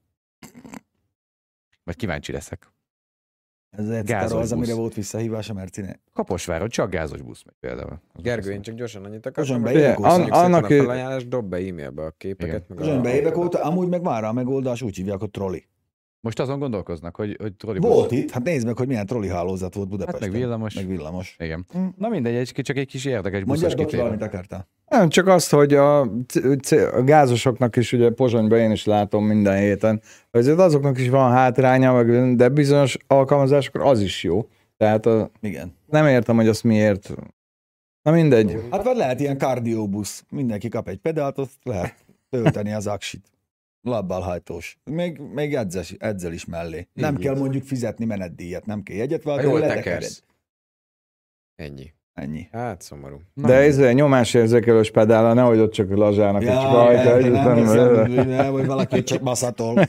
majd kíváncsi leszek. Ez egy Gázos az, amire busz. volt visszahívás a Mercinek. Kaposváron csak gázos busz megy például. Gergő, én csak gyorsan annyit Pozsony akartam. be hogy évek An- óta. Köszönjük szépen annak a ő- felajánlást, dob be e-mailbe a képeket. Igen. Meg Pozsonybe a... évek óta, amúgy meg már a megoldás, úgy hívják, hogy troli. Most azon gondolkoznak, hogy, hogy trollibusz. Volt itt, hát nézd meg, hogy milyen troli hálózat volt Budapesten. Hát meg villamos. Meg villamos. Igen. Hm. Na mindegy, egy, csak egy kis érdekes buszos Mondjad, Docs, kitér. valamit akartál. Nem, csak azt, hogy a, c- c- a gázosoknak is, ugye Pozsonyban én is látom minden héten, azért azoknak is van hátránya, meg, de bizonyos alkalmazásokra az is jó. Tehát a, Igen. nem értem, hogy azt miért. Na mindegy. Hát vagy lehet ilyen kardióbusz. Mindenki kap egy pedált, azt lehet tölteni az aksit. Labbal hajtós. Még, még edzel, edzel is mellé. Nem Így, kell így. mondjuk fizetni menetdíjat, nem kell jegyet Ha váltani, jól letekered. tekersz. Ennyi. Ennyi. Hát szomorú. De ez egy nyomásérzékelős pedála, nehogy ott csak lazsának egy Ja, rajta. nem, ez nem, nem- nem, nem, hogy valaki csak baszatol.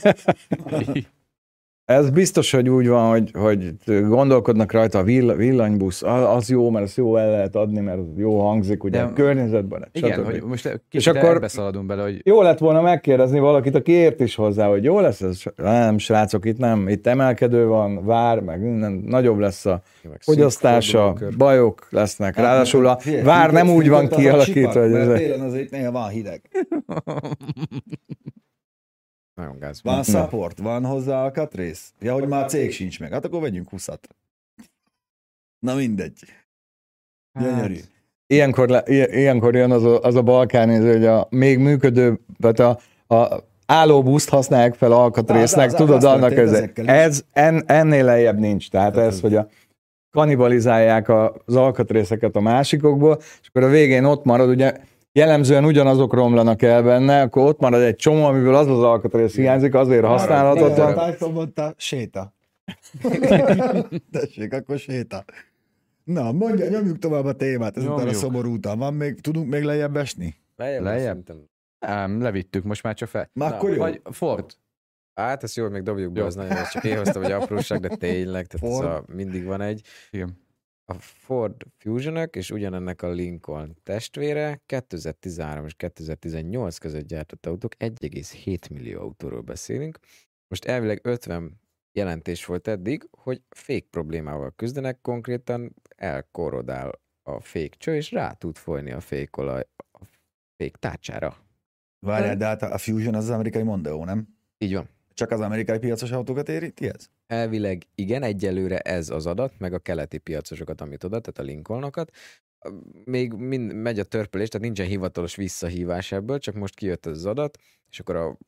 Ez biztos, hogy úgy van, hogy, hogy gondolkodnak rajta, a vill- villanybusz, az az jó, mert ezt jó el lehet adni, mert az jó hangzik, ugye De- a környezetben. Igen, stb. hogy most kicsit És akkor- ebbe szaladunk bele, hogy Jó lett volna megkérdezni valakit, aki ért is hozzá, hogy jó lesz ez? Nem, srácok, itt nem, itt emelkedő van, vár, meg minden, nagyobb lesz a Jó, meg szűk fogyasztása, fordulókör. bajok lesznek. Hát, Ráadásul a figyelj, vár nem fűtött- úgy van fűtött az kialakítva, aksipak, hogy mert ez... télen azért néha van hideg. Nagyon gáz. Van support, van hozzá alkatrész. Ja, hogy már cég sincs meg. Hát akkor vegyünk húszat. Na mindegy. Gyönyörű. Ilyenkor, le, ilyen- ilyenkor jön az a, az a balkánéző, hogy a még működő, tehát a, a állóbuszt használják fel alkatrésznek, Az- az- tudod, az annak történt ez, ezekkel is. ez en, ennél lejjebb nincs. Tehát Tehát ez, ez- hogy a kanibalizálják az alkatrészeket a másikokból, és akkor a végén ott marad, ugye jellemzően ugyanazok romlanak el benne, akkor ott marad egy csomó, amiből az az alkatrész hiányzik, azért használhatatlan. Tyson mondta, séta. Tessék, akkor séta. Na, mondja, nyomjuk tovább a témát, ezután a Nyomjuk. szomorú után. Van még, tudunk még lejjebb esni? Lejjebb? Lejjebb? Szerintem. nem, levittük, most már csak fel. Már akkor jó. Vagy Ford. Hát ezt jól még dobjuk be, Jó. az nagyon, ez csak én hoztam, hogy apróság, de tényleg, tehát ez Ford. a, mindig van egy. Igen. A Ford Fusion-ök és ugyanennek a Lincoln testvére kétezer-tizenhárom és kétezer-tizennyolc között gyártott autók, egy egész hét millió autóról beszélünk. Most elvileg ötven jelentés volt eddig, hogy fék problémával küzdenek, konkrétan elkorrodál a fékcső, és rá tud folyni a fékolaj a fék tárcsára. Várjál, de hát a Fusion az az amerikai Mondeo, nem? Így van. Csak az amerikai piacos autókat érinti ez? Elvileg igen, egyelőre ez az adat, meg a keleti piacosokat, amit oda, tehát a Lincolnokat. Még mind, megy a törpölés, tehát nincsen hivatalos visszahívás ebből, csak most kijött ez az adat, és akkor a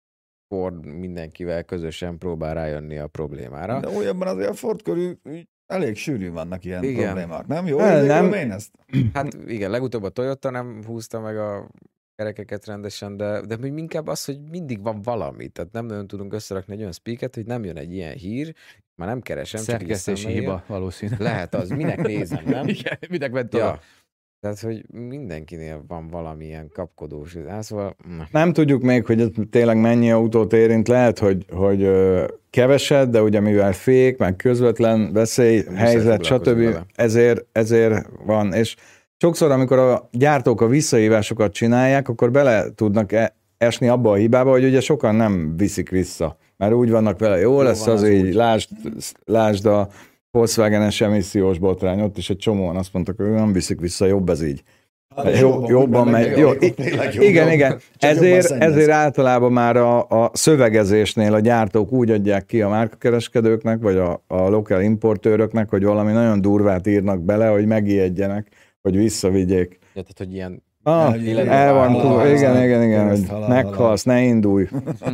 Ford mindenkivel közösen próbál rájönni a problémára. De újabban azért a Ford körül így elég sűrűn vannak ilyen Igen. problémák, nem? Jó, Nem, nem. nem. Én ezt? Hát igen, legutóbb a Toyota nem húzta meg a kerekeket rendesen, de, de még inkább az, hogy mindig van valami. Tehát nem nagyon tudunk összerakni egy olyan speaket, hogy nem jön egy ilyen hír, már nem keresem, csak így Szerkesztési eszembe jön. hiba, valószínű. Lehet az, minek nézem, nem? Igen, minek ment Ja. oda. Tehát, hogy mindenkinél van valamilyen kapkodós. Hát, szóval, na. Nem tudjuk még, hogy ez tényleg mennyi autót érint, lehet, hogy, hogy ö, keveset, de ugye mivel fék, meg közvetlen veszélyhelyzet, foglalkozunk stb. vele. Ezért, ezért van. És sokszor, amikor a gyártók a visszahívásokat csinálják, akkor bele tudnak e- esni abba a hibába, hogy ugye sokan nem viszik vissza. Mert úgy vannak vele, jó, jó lesz van az, az így, úgy. lásd, lásd a Volkswagen-es emissziós botrány, ott is egy csomóan azt mondtak, hogy nem viszik vissza, jobb ez így. Hát, Jobb, jobban megy. Jó, igen, igen. Ezért, ezért általában már a, a szövegezésnél a gyártók úgy adják ki a márkakereskedőknek, vagy a, a lokál importőröknek, hogy valami nagyon durvát írnak bele, hogy megijedjenek, hogy visszavigyék. Ja, tehát, hogy ilyen Ah, Igen, el van, halál, tudva, halál, igen, igen, igen, kereszt, hogy halál, meghalsz, ne indulj.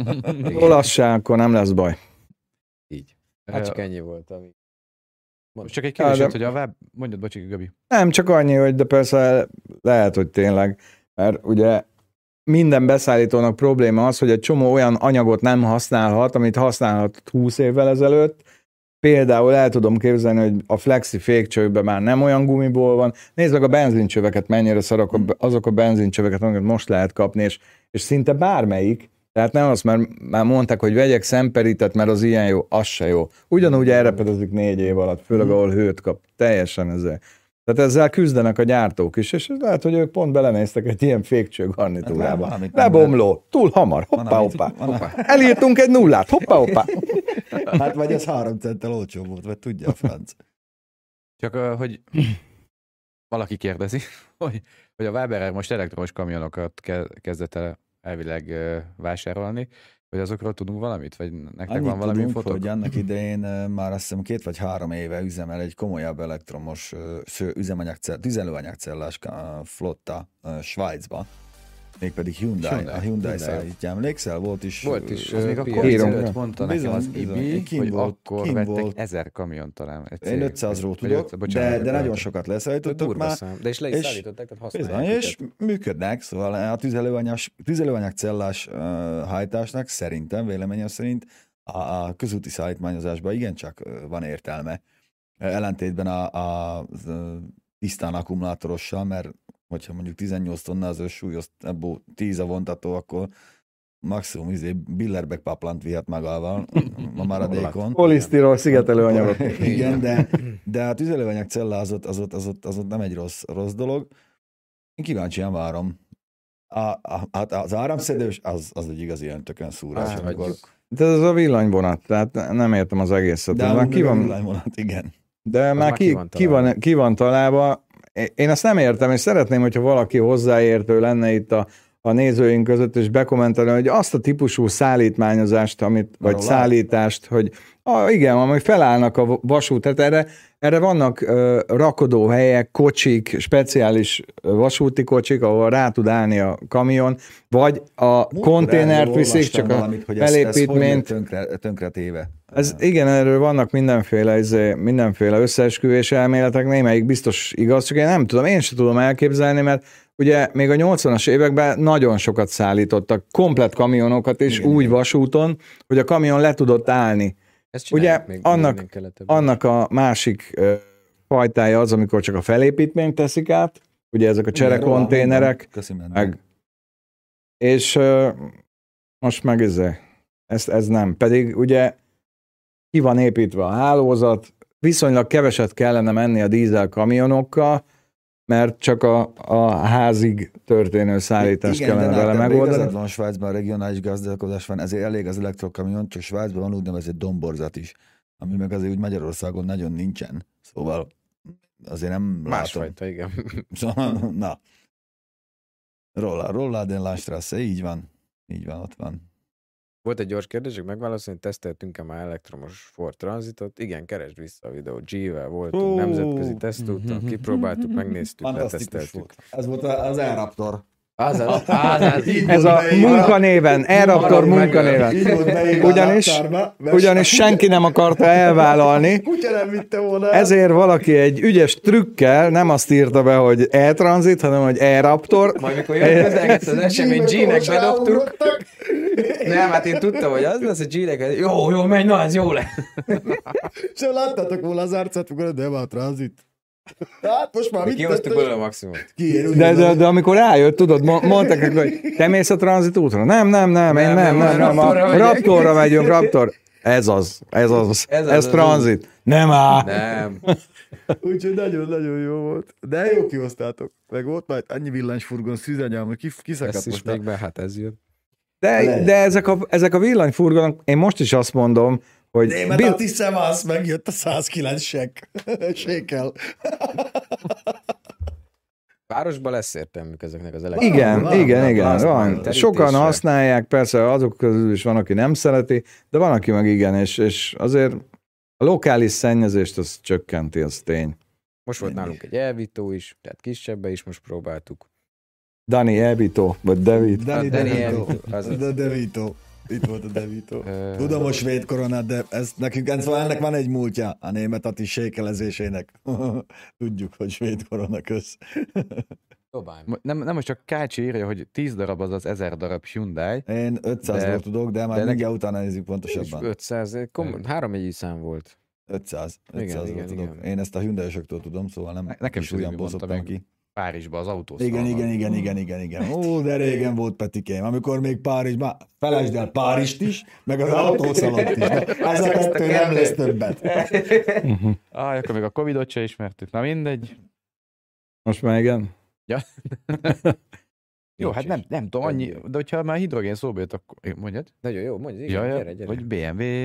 Olassál, akkor nem lesz baj. így. Hát csak ennyi volt, ami... Most csak egy kérdés, Ja, de- hogy a web... Mondjad, bocsi, Gabi. Nem, csak annyi, hogy de persze lehet, hogy tényleg, mert ugye minden beszállítónak probléma az, hogy egy csomó olyan anyagot nem használhat, amit használhat húsz évvel ezelőtt. Például el tudom képzelni, hogy a flexi fékcsőkben már nem olyan gumiból van. Nézd meg a benzincsöveket, mennyire szarok azok a benzincsöveket, amiket most lehet kapni, és, és szinte bármelyik. Tehát nem azt, mert már mondták, hogy vegyek szemperitet, mert az ilyen jó, az se jó. Ugyanúgy elrepedezik négy év alatt, főleg ahol hőt kap. Teljesen ezzel. Tehát ezzel küzdenek a gyártók is, és lehet, hogy ők pont belenéztek egy ilyen fékcső garnitúrába. Lebomló, túl hamar, hoppá, hoppá. Elírtunk egy nullát, hoppá, hoppá. Hát vagy ez három centtel olcsó volt, vagy tudja a franc. Csak, hogy valaki kérdezi, hogy, hogy a Waberer most elektromos kamionokat kezdett el elvileg vásárolni, hogy azokról tudunk valamit? Vagy nektek annyit van valami tudunk, fotók? hogy annak idején már azt hiszem két vagy három éve üzemel egy komolyabb elektromos üzemanyagcell, tüzelőanyagcellás flotta Svájcba. Mégpedig Hyundai, Hyundai. a Hyundai, Hyundai szállítja. Emlékszel? Volt is. Volt is. Az még a Covid előtt mondta nekem az i bé, hogy volt, akkor vettek volt. ezer kamion talán. Én ötszázról tudok, de, de nagyon sokat leszállítottak már. Szám. De is le is és, szállították, tehát használják. Bizony, és működnek, szóval a tüzelőanyag, tüzelőanyagcellás uh, hajtásnak szerintem, véleményem szerint a, a közúti szállítmányozásban igencsak uh, van értelme. Ellentétben a, a, a tisztán akkumulátorossal, mert hogyha mondjuk tizennyolc tonna az súly, ebből tíz a vontató, akkor maximum izé Bilderberg paplant vihet magával a maradékon. Polisztirol szigetelő anyagot. Igen, de, de a tüzelőanyag cella az ott, az, ott, az, ott, az ott nem egy rossz, rossz dolog. Én kíváncsian várom. A, a, az áramszedős, az, az egy igazi ilyen tökön szúrás. Amikor... De ez a villanyvonat, tehát nem értem az egészet. De már ki van villanyvonat, igen. De már, már ki, ki, van ki, van, ki van találva. Én azt nem értem, és szeretném, hogyha valaki hozzáértő lenne itt a, a nézőink között, és bekommentelni, hogy azt a típusú szállítmányozást, amit, vagy Arról szállítást, lát. hogy ah, igen, ami felállnak a vasút, tehát erre, erre vannak uh, rakodóhelyek, kocsik, speciális vasúti kocsik, ahol rá tud állni a kamion, vagy a konténert viszik, csak valamit, a felépítményt. Ez tönkre, tönkre téve. Ez, igen, erről vannak mindenféle, mindenféle összeesküvés elméletek, némelyik biztos igaz, csak én nem tudom, én sem tudom elképzelni, mert ugye még a nyolcvanas években nagyon sokat szállítottak, komplett kamionokat is igen, úgy igen. vasúton, hogy a kamion le tudott állni. Ugye még annak, annak a másik uh, fajtája az, amikor csak a felépítményt teszik át, ugye ezek a cserekonténerek, meg, és uh, most meg ez, ez, ez nem. Pedig ugye ki van építve a hálózat, viszonylag keveset kellene menni a dízel kamionokkal, mert csak a, a házig történő szállítást igen, kellene vele megoldani. Igen, de van Svájcban regionális gazdálkodás van, ezért elég az elektrokamion, csak Svájcban van úgynevezett domborzat is, ami meg azért úgy Magyarországon nagyon nincsen. Szóval azért nem Másfajta, látom. igen. Szóval, na. Rolla, Rolla den Landstrasse, így van. Így van, ott van. Volt egy gyors kérdés, hogy megválaszolni, teszteltünk-e már elektromos Ford Transitot? Igen, keresd vissza a videót. G-vel voltunk, oh. nemzetközi tesztúton, kipróbáltuk, megnéztük, leteszteltük. Ez volt az E-Raptor. Az az, az, az. Ez a munkanéven, E-Raptor munkanéven. Ugyanis, ugyanis senki nem akarta elvállalni, ezért valaki egy ügyes trükkel nem azt írta be, hogy E-Transit, hanem hogy E-Raptor. Majd mikor jött közelgett az esemény, G-nek bedobtuk. Nem, hát én tudtam, hogy az lesz a G-nek, jó, jó, menj, na, ez jó lesz. Sem láttátok volna az arcát, amikor de van a Transit. Hát most már mit kihoztuk belőle a maximumot. De, de, de amikor rájött, tudod, mondták neki, hogy te mész a Transit útra? Nem, nem, nem, én nem, nem, nem, nem a Raptorra megyünk, Raptor. Ez az, ez az, ez, ez Transit. Nem áll. Nem. Úgyhogy nagyon-nagyon jó volt. De jó kihoztátok. Meg volt majd annyi villanyfurgon szűzanyám, hogy kiszakadt most. Még be, hát ez jön. De, de ezek, a, ezek a villanyfurgonok, én most is azt mondom, hogy... Német bil... hiszem, az megjött a száz kilenc sek. Sékel. Városban lesz értelmük ezeknek az elektromos. Igen, van, igen, van, igen. Van. Van. Sokan használják, persze azok közül is van, aki nem szereti, de van, aki meg igen, és, és azért a lokális szennyezést az csökkenti, az tény. Most volt nálunk egy elvitó is, tehát kisebbe is most próbáltuk. Dani Evito, vagy David. Dani Devito. De Devito. Itt volt a Devito. Tudom a svéd koronát, de ez, nekünk, szóval ennek van egy múltja a német ati sékelezésének. Tudjuk, hogy svéd korona köz. Dobálj. Nem, nem most csak Kácsi írja, hogy tíz darab az az ezer darab Hyundai. Én ötszázról de, tudok, de már de mindjárt utána nézzük pontosabban. ötszáz, kom- három egyik szám volt. ötszáz. Igen, igen, tudok. igen. Én ezt a Hyundai-osoktól tudom, szóval nem Nekem is is olyan mondta bosszottam ki. Párizsba az autószalon. Igen, igen, igen, igen, igen, igen. Ó, de régen volt, Petikém, amikor még Párizsban, felejtsd el Párizst is, meg az autószalont is. Ez a kettő nem lesz többet. ah, akkor még a Covidot se ismertük. Na mindegy. Most már igen. Ja. Jó, hát nem, nem tudom, annyi, de hogyha már hidrogén szóba jött, akkor mondjad. Nagyon jó, mondj, igen, Ja, ja, gyere, gyere. vagy bé em vé.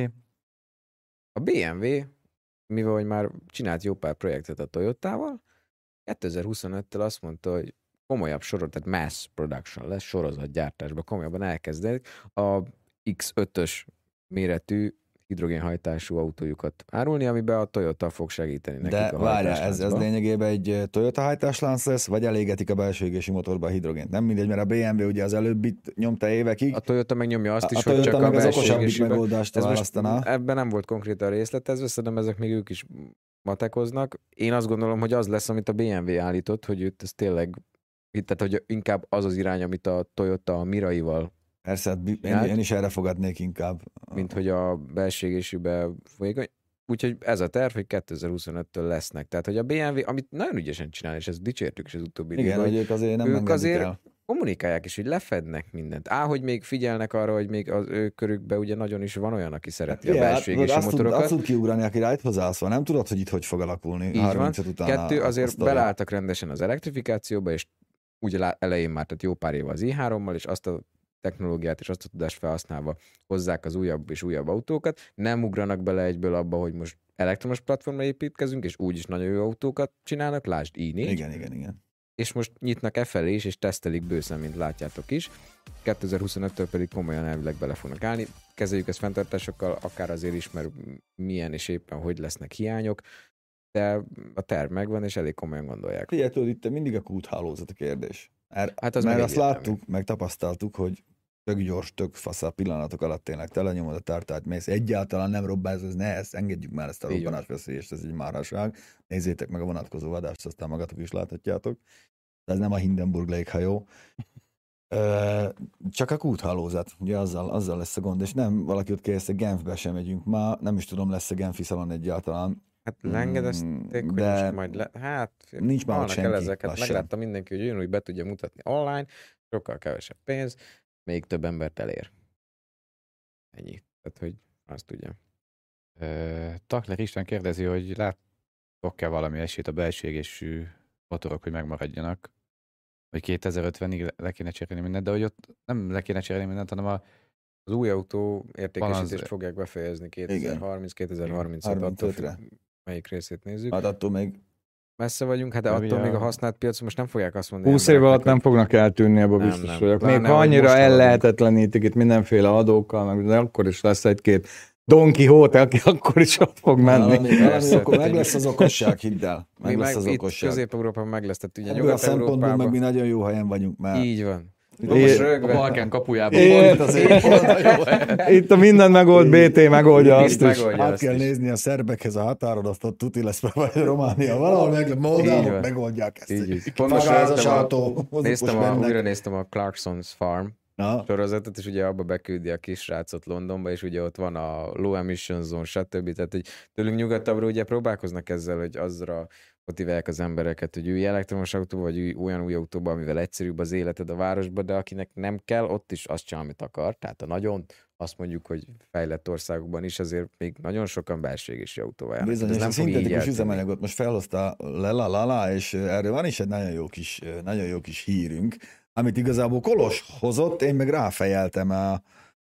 A bé em vé, mivel hogy már csinált jó pár projektet a Toyotával, kétezer-huszonöttől azt mondta, hogy komolyabb sorot, tehát mass production lesz, sorozatgyártásba komolyabban elkezdenek a iksz ötös méretű hidrogénhajtású autójukat árulni, amiben a Toyota fog segíteni nekik De a várjál, ez, ez hajtásláncba. lényegében egy Toyota hajtáslánc lesz, vagy elégetik a belső égési motorba a hidrogént. Nem mindegy, mert a bé em vé ugye az előbbit nyomta évekig. A Toyota megnyomja azt a, is, a hogy Toyota csak meg a az belső okosabbik égésűben. megoldást Ez most választaná. ebben nem volt konkrétan részletezve, szerintem ezek még ők is matekoznak. Én azt gondolom, hogy az lesz, amit a bé em vé állított, hogy itt ez tényleg, tehát hogy inkább az az irány, amit a Toyota a Miraival, Persze, hát én, én is erre fogadnék inkább. mint hogy a belső égésűbe folyik. Úgyhogy ez a terv, hogy kétezer-huszonöttől lesznek. Tehát, hogy a bé em vé, amit nagyon ügyesen csinál, és ezt dicsértük is az utóbbi Igen, időben, hogy ők azért nem ők engedik azért el. kommunikálják is, hogy lefednek mindent. Á, hogy még figyelnek arra, hogy még az ő körükben ugye nagyon is van olyan, aki szereti Ja, a belső hát, égési azt, tud, motorokat. azt tud kiugrani, aki rájt hozzáállsz, nem tudod, hogy itt hogy fog alakulni. Így van. utána Kettő, a- a azért sztori. beleálltak rendesen az elektrifikációba, és ugye lá- elején már, tehát jó pár éve az i hárommal, és azt a technológiát és azt a tudást felhasználva hozzák az újabb és újabb autókat. Nem ugranak bele egyből abba, hogy most elektromos platformra építkezünk, és úgyis nagyon jó autókat csinálnak, lásd i négy. Igen, igen, igen. És most nyitnak e felé is, és tesztelik bőszen, mint látjátok is. kétezer-huszonöttől pedig komolyan elvileg bele fognak állni. Kezeljük ezt fenntartásokkal, akár azért is, mert milyen és éppen hogy lesznek hiányok, de a terv megvan, és elég komolyan gondolják. Figyelj, tudod, itt mindig a kúthálózat a kérdés. Er, Hát az mert meg azt egyértelmű. láttuk, meg tapasztaltuk, hogy tök gyors, tök fasz a pillanatok alatt tényleg telenyomod a tartályt, mész. Egyáltalán nem robbálsz, ez ne, ezt engedjük már ezt a Így van. robbanásveszélyest, ez egy máraság. Nézzétek meg a vonatkozó adást, aztán magatok is láthatjátok. De ez nem a Hindenburg léghajó. Ö, csak a kúthálózat, ugye azzal, azzal lesz a gond, és nem valaki ott kérdezte, Genfbe sem megyünk ma, nem is tudom, lesz a Genfi szalon egyáltalán. Hát leengedezték, hogy De most majd le... Hát, nincs már ott vannak el senki, ezeket. az sem. Meglátta mindenki, hogy ugyanúgy be tudja mutatni online, sokkal kevesebb pénz, még több embert elér. Ennyi. Tehát, hogy azt tudja. Ö, Takler István kérdezi, hogy láttok-e valami esélyt a belső égésű motorok, hogy megmaradjanak, hogy kétezer-ötvenig le- le kéne cserélni mindent, de hogy ott nem le kéne cserélni mindent, hanem a Az új autó értékesítést Van az- fogják befejezni kétezer-harminc kétezer-harmincöt, attól harmincötre. függ, melyik részét nézzük. Hát attól még Messze vagyunk, hát de De attól ugye még a a- használt piacon most nem fogják azt mondani. húsz év embereknek, alatt nem hogy- fognak eltűnni, abban Nem, biztos nem. vagyok. Pláne, Még ha ahogy annyira most haladunk. ellehetetlenítik itt mindenféle adókkal, meg, de akkor is lesz egy-két Don Quixote, aki akkor is ott fog menni. valami, valami Persze, akkor meg tehát lesz az okosság, hidd el. Mi Meg lesz meg az itt okosság. Közép-Európában meg lesz, tehát ugye Ebből a szempontból meg mi Nyugat-Európában. nagyon jó helyen vagyunk, mert Így van. É- Most a rögve. Balkán kapujában É- pont azért pont a jó hely. Itt a minden megold, bé té megoldja Itt azt is. megoldja át azt kell is. nézni a szerbekhez a határon, azt ott tuti lesz, vagy Románia. Valahol meg Így Moldávok van. megoldják ezt. Így, így. Pont Most Magázas néztem a- autó, azok Néztem most a, mennek. újra néztem a Clarkson's Farm Na, sorozatot, és ugye abba beküldi a kisrácot Londonba, és ugye ott van a low emission zone, stb. Tehát, hogy tőlünk nyugatabbra ugye próbálkoznak ezzel, hogy azra motiválják az embereket, hogy ülj elektromos autóba, vagy ülj olyan új autóba, amivel egyszerűbb az életed a városba, de akinek nem kell, ott is azt csinál, amit akar. Tehát a nagyon, azt mondjuk, hogy fejlett országokban is azért még nagyon sokan belső égési autóval járnak. bizony, Ez és nem a fog így szintetikus eltűnni. üzemanyagot most felhozta Lela Lala, és erről van is egy nagyon jó kis, nagyon jó kis hírünk, amit igazából Kolos hozott, én meg ráfejeltem a,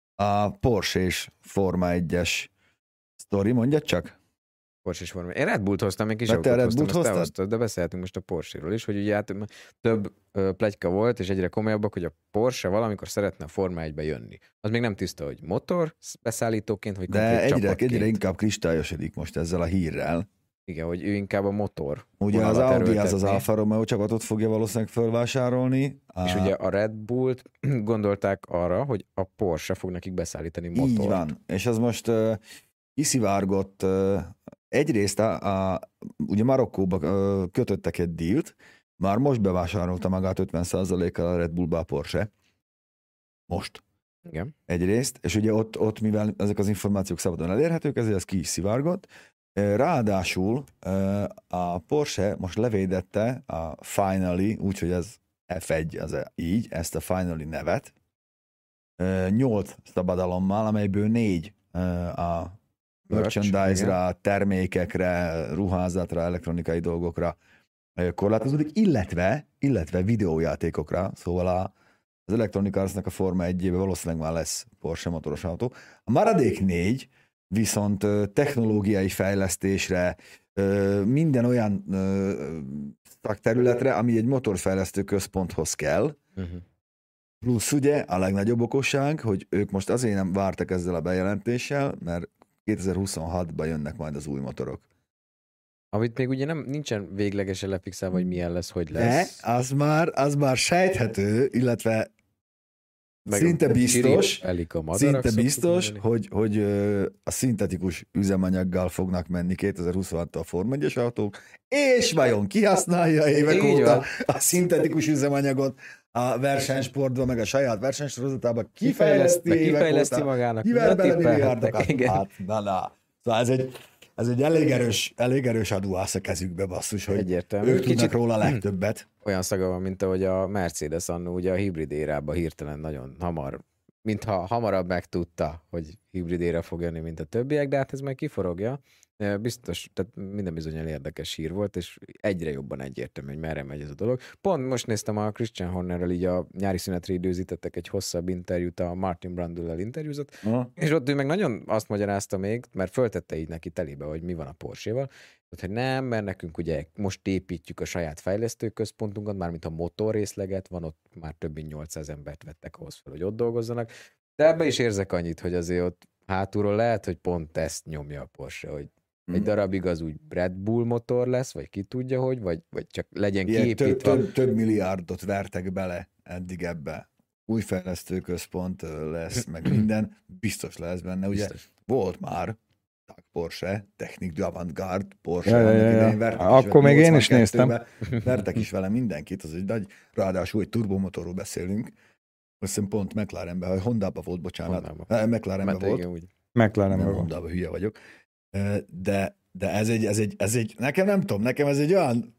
a Porsche és Forma egyes sztori, mondjad csak? Porsche is Forma. Én Red Bullt hoztam, még kis De te autót Red hoztam, Bullt azt te hoztad? hoztad, de beszélhetünk most a Porsche-ról is, hogy ugye hát több ö, pletyka volt, és egyre komolyabbak, hogy a Porsche valamikor szeretne a Forma egybe jönni. Az még nem tiszta, hogy motor beszállítóként, vagy De konkrét egyre, csapatként. egyre inkább kristályosodik most ezzel a hírrel. Igen, hogy ő inkább a motor. Ugye az vonalat Audi, az az erőltetné. Alfa Romeo csapatot fogja valószínűleg fölvásárolni. És Á, ugye a Red Bullt gondolták arra, hogy a Porsche fog nekik beszállítani motort. így van. És az most uh, kiszivárgott, uh, egyrészt a, a, ugye Marokkóba uh, kötöttek egy dílt, már most bevásárolta magát ötven százalékkal a Red Bullba a Porsche. Most. Igen. Egyrészt, és ugye ott, ott, mivel ezek az információk szabadon elérhetők, ezért ez ki is szivárgott. Ráadásul a Porsche most levédette a Finally, úgyhogy ez ef egy, az így, ezt a Finally nevet, nyolc szabadalommal, amelyből négy a merchandise-ra, termékekre, ruházatra, elektronikai dolgokra korlátozódik, illetve, illetve videójátékokra, szóval a, az Electronic Arts-nak a Forma egyében valószínűleg már lesz Porsche motoros autó. A maradék négy viszont technológiai fejlesztésre, minden olyan szakterületre, ami egy motorfejlesztő központhoz kell. Uh-huh. Plusz ugye a legnagyobb okosság, hogy ők most azért nem vártak ezzel a bejelentéssel, mert kétezer-huszonhatban jönnek majd az új motorok. Amit még ugye nem, nincsen véglegesen lefixálva, hogy milyen lesz, hogy lesz. De az már, az már sejthető, illetve meg szinte biztos, szinte biztos, hogy, hogy a szintetikus üzemanyaggal fognak menni kétezer-huszonhattól a Forma egyes autók, és vajon kihasználja évek Így óta van. a szintetikus üzemanyagot a versenysportban, meg a saját versenysorozatában, kifejleszti, kifejleszti, kifejleszti óta, magának. kivel bele milliárdokat. Igen. Hát, na, na. Szóval ez egy, ez egy elég erős, elég erős adóász a kezükbe, basszus, hogy Egyértelmű. ők tudnak Kicsit róla legtöbbet. olyan szaga van, mint ahogy a Mercedes annó ugye a hibrid érában hirtelen nagyon hamar, mintha hamarabb megtudta, hogy hibrid éra fog jönni, mint a többiek, de hát ez meg kiforogja. Biztos, tehát minden bizonnyal érdekes hír volt, és egyre jobban egyértelmű, hogy merre megy ez a dolog. Pont most néztem a Christian Hornerrel, így a nyári szünetre időzítettek egy hosszabb interjút, a Martin Brundle-el interjúzott, uh-huh. és ott ő meg nagyon azt magyarázta még, mert föltette így neki telibe, hogy mi van a Porsche-val, hogy nem, mert nekünk ugye most építjük a saját fejlesztőközpontunkat, mármint a motorrészleget, van ott már több mint nyolcszáz embert vettek ahhoz fel, hogy ott dolgozzanak, de ebbe is érzek annyit, hogy azért ott hátulról lehet, hogy pont ezt nyomja a Porsche, hogy egy darabig az úgy Red Bull motor lesz, vagy ki tudja, hogy, vagy, vagy csak legyen Ilyen kiépítve. Több, több, több milliárdot vertek bele eddig ebbe. Új fejlesztőközpont lesz, meg minden. Biztos lesz benne. Ugye Biztos. volt már Porsche, Technik du Avantgarde, Porsche. Ja, ja, ja, ja. Akkor még én is néztem. Vertek is vele mindenkit. Az egy nagy, ráadásul egy turbomotorról beszélünk. Azt hiszem pont McLarenben, vagy Hondába volt, bocsánat. Hondába. McLarenben volt. Igen, úgy. McLarenben volt. Hondába hülye vagyok. De, de ez, egy, ez, egy, ez egy, nekem nem tudom, nekem ez egy olyan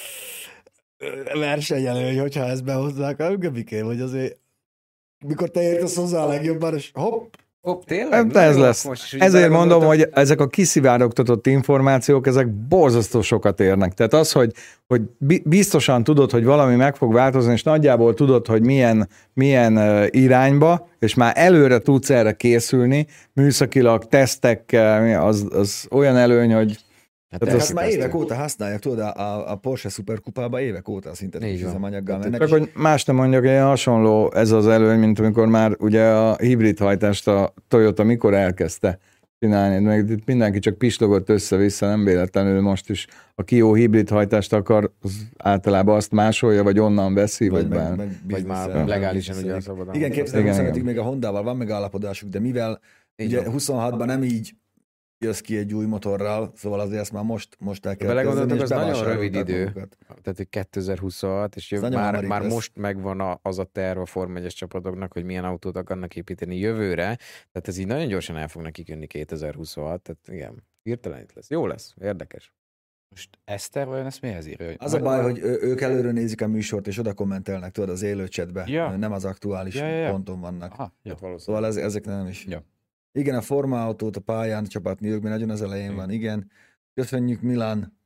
versenyelőny, hogyha ezt behozzák, a göbikém, hogy azért mikor te értesz hozzá a legjobban, és hopp, Hopp, tényleg? Nem, ez lesz. Ezért mondom, hogy ezek a kiszivárogtatott információk, ezek borzasztó sokat érnek. Tehát az, hogy, hogy biztosan tudod, hogy valami meg fog változni, és nagyjából tudod, hogy milyen, milyen irányba, és már előre tudsz erre készülni, műszakilag, tesztekkel, az, az olyan előny, hogy Hát ezt már évek óta használják, tudod, a, a Porsche Superkupában évek óta a szintetikus üzemanyaggal mennek. Csak hogy más nem mondjak, ilyen hasonló ez az előny, mint amikor már ugye a hibrid hajtást a Toyota mikor elkezdte csinálni, meg itt mindenki csak pislogott össze-vissza, nem véletlenül most is, aki jó hibrid hajtást akar, az általában azt másolja, vagy onnan veszi, vagy, vagy, meg, meg, vagy már legálisan ugye a szabadon. Igen, képzeljük, még a Hondával van megállapodásuk, de mivel ugye huszonhatban nem így jössz ki egy új motorral, szóval azért ezt már most, most el kell belegondoltak, az nagyon rövid idő, magukat. Tehát hogy kétezer-huszonhat, és jövő, már, már most megvan a, az a terv a Forma egyes csapatoknak, hogy milyen autót akarnak építeni jövőre, tehát ez így nagyon gyorsan el fog nekik jönni kétezer-huszonhat, tehát igen, hirtelen itt lesz. Jó lesz, érdekes. Most Eszter olyan ezt mihez írja? Az a baj, hogy ők előre nézik a műsort, és oda kommentelnek, tudod, az élő chatbe, ja. nem az aktuális ja, ja, ja. ponton vannak. Aha, ja. Szóval ez, ezek nem is. Ja. Igen, a formautót a pályán csapatni ők, nagyon az elején igen. van, igen. Köszönjük, Milan.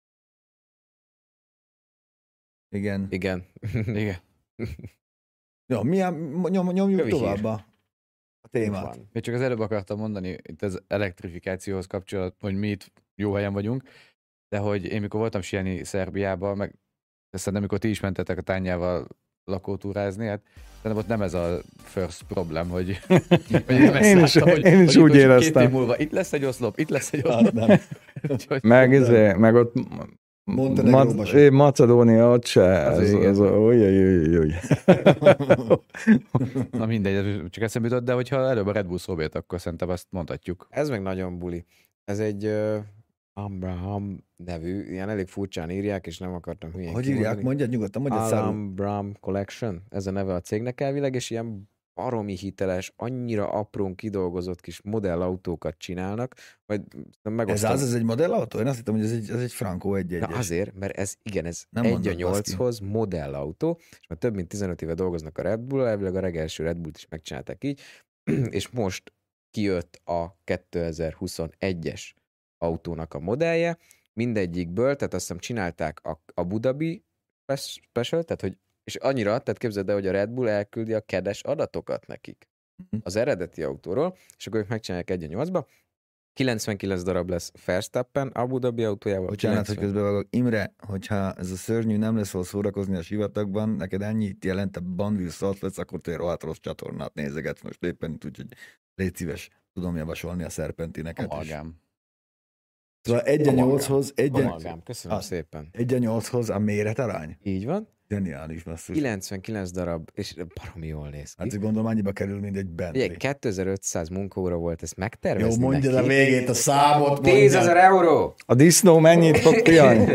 Igen. Igen. igen. Ja, milyen, nyom, nyomjuk Kövi tovább a témát. Én csak az előbb akartam mondani, itt az elektrifikációhoz kapcsolatban, hogy mi itt jó helyen vagyunk, de hogy én mikor voltam sielni Szerbiában, meg szerintem amikor ti is mentetek a tányával lakótúrázni, hát szerintem ott nem ez a first problem, hogy, hogy én, én is, láttam, hogy, én is hogy úgy éreztem. Két év múlva itt lesz egy oszlop, itt lesz egy oszlop. Nem. meg, izé, meg ott Mac, Macedónia ott se. Ez, ez a, uj, uj, uj. Na mindegy, csak eszembe jutott, de hogyha előbb a Red Bull szóbért, akkor szerintem azt mondhatjuk. Ez meg nagyon buli. Ez egy Abraham nevű, ilyen elég furcsán írják, és nem akartam hülyén Hogy írják? Mondjad nyugodtan, mondjad szárul. Alhambra Collection, ez a neve a cégnek elvileg, és ilyen baromi hiteles, annyira aprón kidolgozott kis modellautókat csinálnak, majd megosztom. Ez az, ez egy modellautó? Én azt hittem, hogy ez egy, ez egy Franco egy egyes. Na azért, mert ez, igen, ez Nem egy a mondod, nyolchoz modellautó, és már több mint tizenöt éve dolgoznak a Red Bull, elvileg a legelső Red Bullt is megcsinálták így, és most kijött a kétezer-huszonegyes autónak a modellje, mindegyikből, tehát azt hiszem csinálták a Abu Dhabi Special, tehát hogy, és annyira, tehát képzeld el, hogy a Red Bull elküldi a kedes adatokat nekik az eredeti autóról, és akkor ők megcsinálják egy a nyolcba, kilencvenkilenc darab lesz Verstappen Abu Dhabi autójával. Bocsánat, hogy közben vagyok. Imre, hogyha ez a szörnyű nem lesz hol szórakozni a sivatagban, neked ennyit jelent a Banville Salt lesz, akkor te rohadt rossz csatornát nézegetsz most éppen, úgyhogy légy szíves, tudom javasolni a szerpentineket is. Amalgám. Szóval egy a nyolchoz, egy a... Amalgám, köszönöm Ah, szépen. Egy a nyolchoz a méretarány? Így van. Geniális basszus. kilencvenkilenc darab, és baromi jól néz ki. Hát gondolom annyiba kerül, mint egy Bentley. Ugye kétezer-ötszáz munkaóra volt ezt megtervezni. Jó, mondjad a neki. végét, a számot tízezer euró! A disznó mennyit fog pihenni?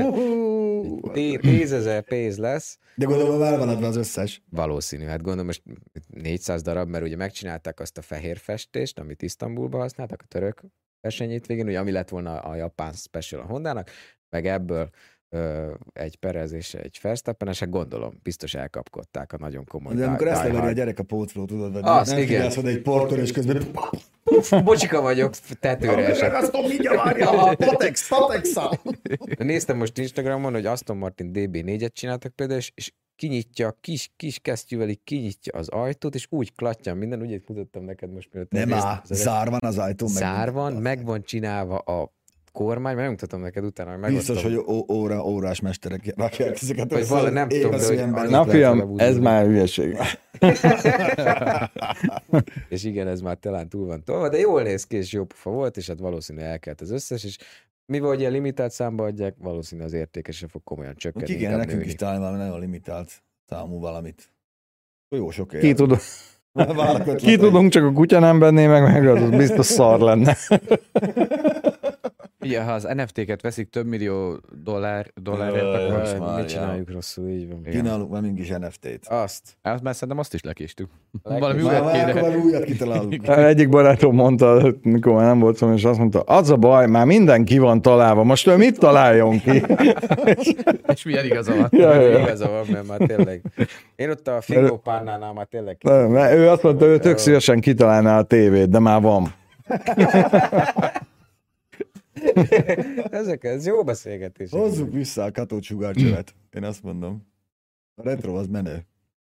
tízezer pénz lesz. De gondolom el van adva az összes. Valószínű, hát gondolom most négyszáz darab, mert ugye megcsinálták azt a fehér festést, amit Isztambulban használtak, a török versenyét végén, ugye ami lett volna a japán special a Hondának, meg ebből ö, egy Perez és egy Verstappen, és hát gondolom, biztos elkapkodták a nagyon komoly. De amikor die- ezt die leveri a hard. gyerek a pótról, tudod, vagy Az, nem igen. figyelsz oda egy portól, és közben... Bocsika vagyok, tetőre esett. Azt mondom, mindjárt várja, Patex, Patex-szal. Néztem most Instagramon, hogy Aston Martin dé bé négyet csináltak például, és, és kinyitja, kis, kis kesztyűvel így kinyitja az ajtót, és úgy klatja minden, úgy mutattam neked most, mielőtt Nem elnéztem áll, az előtt. zár van az ajtón. Zár van, meg van csinálva a kormány, meg megmutatom neked utána, hogy megosztom. Biztos, hogy ó- óra, órás mesterek rakják ezeket Vagy össze. vala- nem tudom, de Épeszű hogy ember. az- Na lehet vele fiam, búzolni. ez már hülyeség. És igen, ez már talán túl van tolva, de jól néz ki, és jó pufa volt, és hát valószínűleg elkelt az összes, és mivel ugye limitált számba adják, valószínűleg az értékesen fog komolyan csökkenni. Igen, inkább nekünk nőni. is talán valami nagyon limitált számú valamit. Jó sok ér. Ki, tud, Várakozlatai. ki tudunk, csak a kutya nem benné meg, meg az biztos szar lenne. Ugye, ha az en ef té-ket veszik több millió dollár, dollárért, Ö, akkor most Jaj, már, mit ja. csináljuk rosszul, így van. Kínálunk már mink is en ef té-t. Azt. hát már szerintem azt is lekéstük. Leg- Valami Már, újat már akkor kéne. már újat kitalálunk. Egyik barátom mondta, mikor már nem volt szó, és azt mondta, az a baj, már minden ki van találva, most ő mit találjon ki? És milyen igaza van. Ja, ja, ja. Igaza van, mert már tényleg. Én ott a Fingó párnánál már tényleg. Nem, mert ő azt mondta, ő tök szívesen kitalálná a tévét, de már van. Ezek, ez jó beszélgetés. Hozzuk vissza a katócsugárcsövet. Én azt mondom. A retro az menő.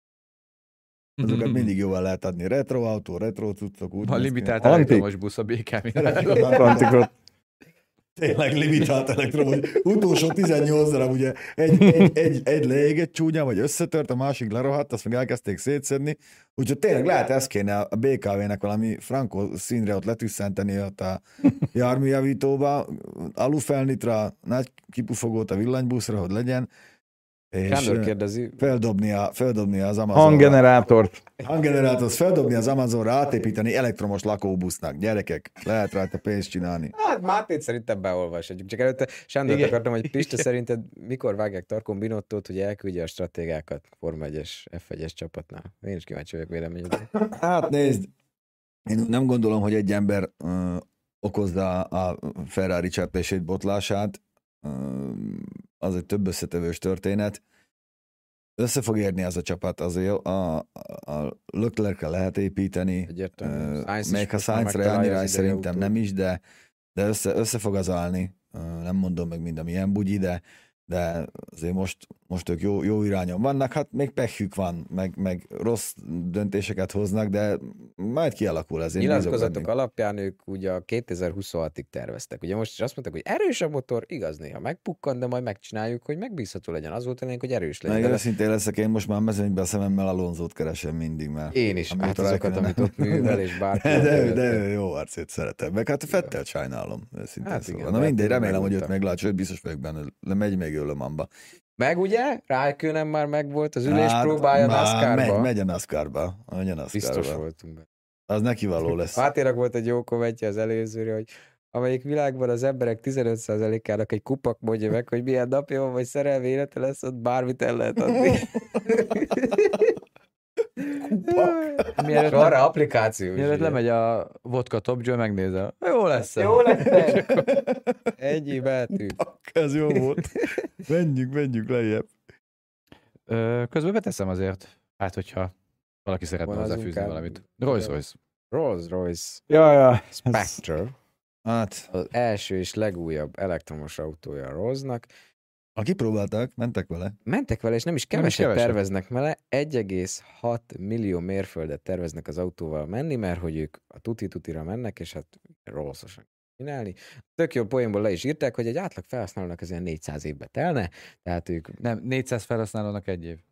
Azokat mindig jóval lehet adni. Retro autó, retro cuccok. Úgy Van néz ki. limitált Antik. elektromos busz a bé ká vé-nek. Antikot. Tényleg limitált elektromos. Utolsó tizennyolc darab, ugye egy, egy, egy, egy leégett csúnya, vagy összetört, a másik lerohadt, azt meg elkezdték szétszedni. Úgyhogy tényleg lehet, ez kéne a bé ká vé-nek valami frankó színre ott letüsszenteni ott a járműjavítóba, alufelnitra, nagy kipufogót a villanybuszra, hogy legyen, és Sándor ö, kérdezi, feldobni, a, feldobni az Amazonra. Hanggenerátort. Hanggenerátort feldobni az Amazonra, átépíteni elektromos lakóbusznak. Gyerekek, lehet rajta pénzt csinálni. hát Mátét szerintem beolvashatjuk. Csak előtte Sándort akartam, hogy Pista szerinted mikor vágják Tarkon Binottót, hogy elküldje a stratégákat Forma egyes, ef egyes csapatnál. Én is kíváncsi vagyok véleményedre. Hát nézd, én nem gondolom, hogy egy ember ö, okozza a Ferrari cseppését, botlását. Ö, az egy több összetevős történet. Össze fog érni az a csapat, azért a, a Leclerc-re lehet építeni, Egyértelmű. ö, Sainz is még ha most már Sainz-ra megtalálja annyira az idei szerintem autót. nem is, de, de össze, össze fog az állni. Ö, nem mondom meg mind a milyen bugyi, de, de azért most, most ők jó, jó irányon vannak, hát még pehjük van, meg, meg rossz döntéseket hoznak, de majd kialakul ez. Én bízok Nyilatkozatok bennük. alapján ők ugye a kétezer-huszonhatig terveztek. Ugye most is azt mondták, hogy erős a motor, igaz, néha megpukkan, de majd megcsináljuk, hogy megbízható legyen. Az volt a lényeg, hogy erős legyen. Meg De őszintén leszek, én most már mezőnyben a szememmel Alonzót keresem mindig, mert... én is, Amit hát rá azokat, kellene- amit ott művel, és bárki. De, ott de, előtte. de ő jó arcét szeretem. Meg hát a Fettelt sajnálom, őszintén Hát szóval. igen, Na de mindegy, hát remélem, hogy őt megújtam. meglát, sőt, biztos vagyok benne, le megy még ő Le Mansba. Meg ugye? Rájkőnem már megvolt az ülés próbája már NASCAR-ba. Megy, megy a NASCAR-ba. Megy a Biztos NASCAR-ba. voltunk benne. Az neki való lesz. Mátérak volt egy jó kommentje az előzőre, hogy amelyik világban az emberek tizenöt százalékának egy kupak mondja meg, hogy milyen napja van, vagy szerelmi élete lesz, ott bármit el lehet adni. Mielőtt arra le... applikáció is. Mielőtt lemegy a vodka Top Joe, megnézem. Jó lesz. Jó lesz. Ennyi betű. Ez jó volt. Menjünk, menjünk lejjebb. Közben beteszem azért, hát hogyha valaki szeretne hozzáfűzni valamit. Rolls-Royce. Rolls-Royce. Ja, ja. Spectre. Hát. Az első és legújabb elektromos autója a Rolls-nak. Ha kipróbálták, mentek vele. Mentek vele, és nem is keveset, nem is keveset terveznek vele. egy egész hat millió mérföldet terveznek az autóval menni, mert hogy ők a tuti-tutira mennek, és hát Rolls-osan csinálni. Tök jó poénból le is írták, hogy egy átlag felhasználónak ez ilyen négyszáz évbe telne, tehát ők... Nem, négyszáz felhasználónak egy év.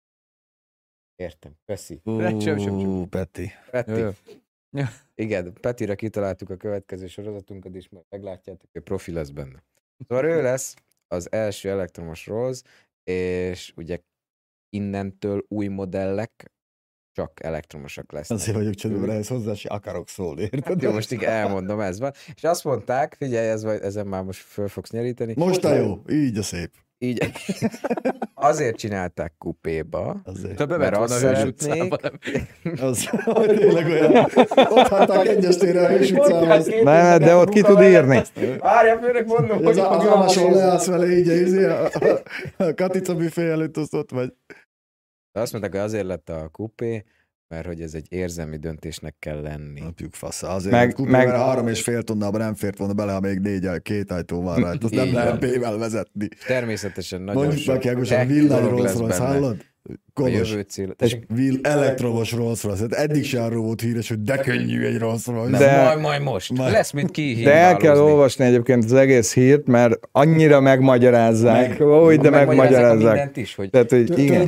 Értem, köszi. Ú, Peti. Peti. Jó, jó. Igen, Petire kitaláltuk a következő sorozatunkat, és majd meglátjátok, hogy profi lesz benne. Szóval ő lesz az első elektromos Rolls, és ugye innentől új modellek csak elektromosak lesznek. Azért vagyok csodálva, ehhez hozzá se akarok szólni, érted? Hát jó, most így elmondom, ez van. És azt mondták, figyelj, ez, ezen már most föl fogsz nyeríteni. Most a jó, így a szép. Így. Azért csinálták kupéba, azért. Mert azt szeretnék... Az tényleg olyan. Ott hatták egyes tére a Hős utcában. Nem, de ott ki tud írni. Várjál, főleg mondom, hogy... Az álláson leállsz vele így, így a, a, a Katica büfé előtt azt ott vagy. De azt mondták, hogy azért lett a kupé, mert hogy ez egy érzelmi döntésnek kell lenni. Napjuk fasza. Azért meg, kupé, meg... mert három és fél tonnában nem fért volna bele, ha még négy, két ajtó van rá. Azt nem lehet bé-vel vezetni. Természetesen nagyon mondjuk sok Mondjuk villany Rolls-Royce, hallod? Kolos. A jövő cél. És vill elektromos Rolls-Royce. Eddig sem arról volt híres, hogy de könnyű egy Rolls-Royce. De majd, majd most. Majd. Lesz mit kihíválózni. De el kell olvasni egyébként az egész hírt, mert annyira megmagyarázzák. Meg, Úgy, de megmagyarázzák. Is, hogy Tehát, hogy igen.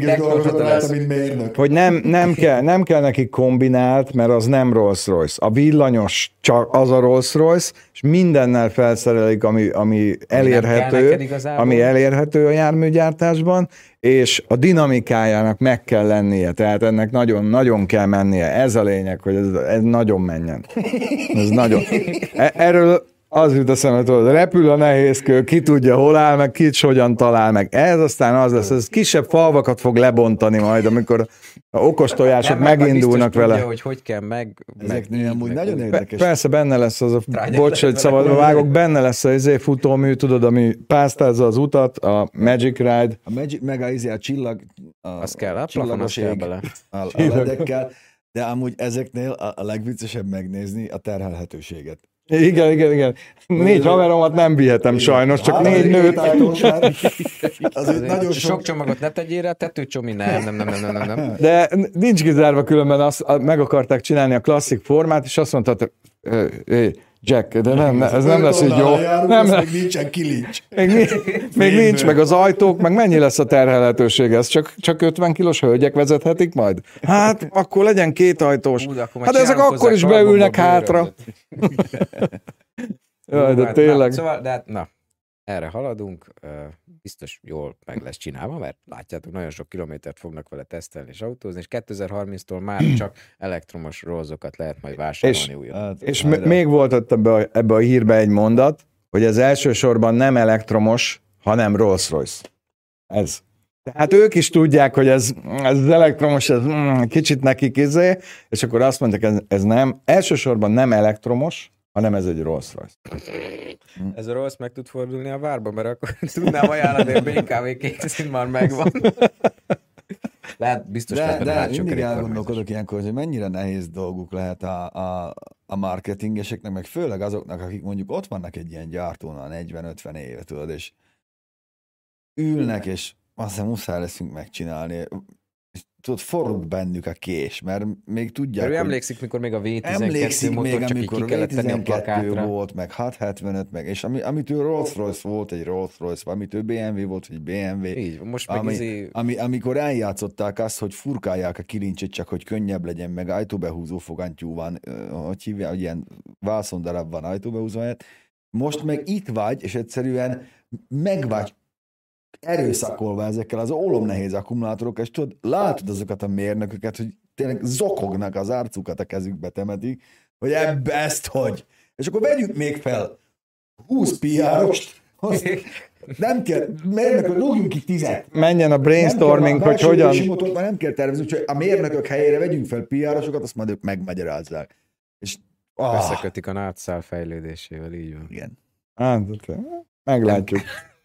Hogy nem, nem, kell, nem kell neki kombinált, mert az nem Rolls-Royce. A villanyos csak az a Rolls-Royce, és mindennel felszerelik, ami, ami elérhető, ami elérhető a járműgyártásban, és a dinamikájának meg kell lennie, tehát ennek nagyon-nagyon kell mennie. Ez a lényeg, hogy ez, ez nagyon menjen. Ez nagyon. Erről az jut eszembe, tudod, repül a nehézkő, ki tudja, hol áll meg, ki hogyan talál meg. Ez aztán az lesz, ez kisebb falvakat fog lebontani majd, amikor a okos tojások nem, megindulnak vele. Tudja, hogy hogy kell meg... Ezeknél meg, amúgy meg, nagyon meg, érdekes. Persze benne lesz az a, bocs, hogy szabadba vágok, benne lesz az izé futómű, tudod, ami pásztázza az utat, a Magic Ride. A Magic, meg a, izé, a csillag, a, az kell, a csillagos ég, bele. A, a ledekkel, de amúgy ezeknél a, a legviccesebb megnézni a terhelhetőséget. Igen, igen, igen. Négy haveromat nem vihetem sajnos, csak négy nőt. Azért nagyon sok... sok csomagot ne tegyél rá, tetőcsomi, nem, nem, nem, nem, nem, nem. De nincs kizárva, különben azt, meg akarták csinálni a klasszik formát, és azt mondtad, Jack, de nem, ez nem lesz így jó. Nem, még nincsen kilincs. Még, még nincs, meg az ajtók, meg mennyi lesz a terhelhetőség? Ez csak, csak ötven kilós hölgyek vezethetik majd? Hát, akkor legyen két ajtós. Hú, hát ezek akkor is beülnek hátra. Jaj, de tényleg. Na, szóval, de hát, na, erre haladunk. Biztos jól meg lesz csinálva, mert látjátok, nagyon sok kilométert fognak vele tesztelni és autózni, és kétezer-harminctól már csak elektromos Rolls-okat lehet majd vásárolni újra. Hát, és m- még volt ott ebbe a, ebbe a hírbe egy mondat, hogy ez elsősorban nem elektromos, hanem Rolls-Royce. Ez. Tehát ők is tudják, hogy ez, ez az elektromos, ez mm, kicsit nekik izé, és akkor azt mondják, ez, ez nem, elsősorban nem elektromos, hanem ez egy Rolls-Royce. Ez a Rolls meg tud fordulni a várba, mert akkor tudnám ajánlani, a bé ká vé kétszín már megvan. Lehet, biztos de, lehet, de mindig elgondolkodok ilyenkor, hogy mennyire nehéz dolguk lehet a, a, a marketingeseknek, meg főleg azoknak, akik mondjuk ott vannak egy ilyen gyártónál negyven-ötven éve, tudod, és ülnek, és azt hiszem muszáj leszünk megcsinálni. És tudod, forog bennük a kés, mert még tudják, mert ő emlékszik, mikor még a vé tizenkettő motor még, csak ki kellett tenni a plakátra. Volt, meg hatszázhetvenöt, meg, és ami, amitől Rolls-Royce volt egy Rolls-Royce, amitől bé em vé volt egy bé em vé. Így, most ami, meg izé... ami, amikor eljátszották azt, hogy furkálják a kilincsét, csak hogy könnyebb legyen, meg ajtóbehúzó fogantyú van, hogy hívják, hogy ilyen vászondarab van ajtóbehúzó helyett. Most meg itt vagy, és egyszerűen meg vagy erőszakolva ezekkel az ólomnehéz akkumulátorokkal, és tudod, látod azokat a mérnököket, hogy tényleg zokognak az arcukat a kezükbe temetik, hogy ebbe ezt hogy? És akkor vegyünk még fel húsz pé er-ost, nem kell, mérnökök, rúgjunk ki tizet. Menjen a brainstorming, hogy hogyan... Motor, már nem kell tervezni, úgyhogy a mérnökök helyére vegyünk fel pé er-osokat, azt majd ők megmagyarázzák. És ah. Összekötik a nátszál fejlődésével, így van. Igen. Hát, meglátjuk.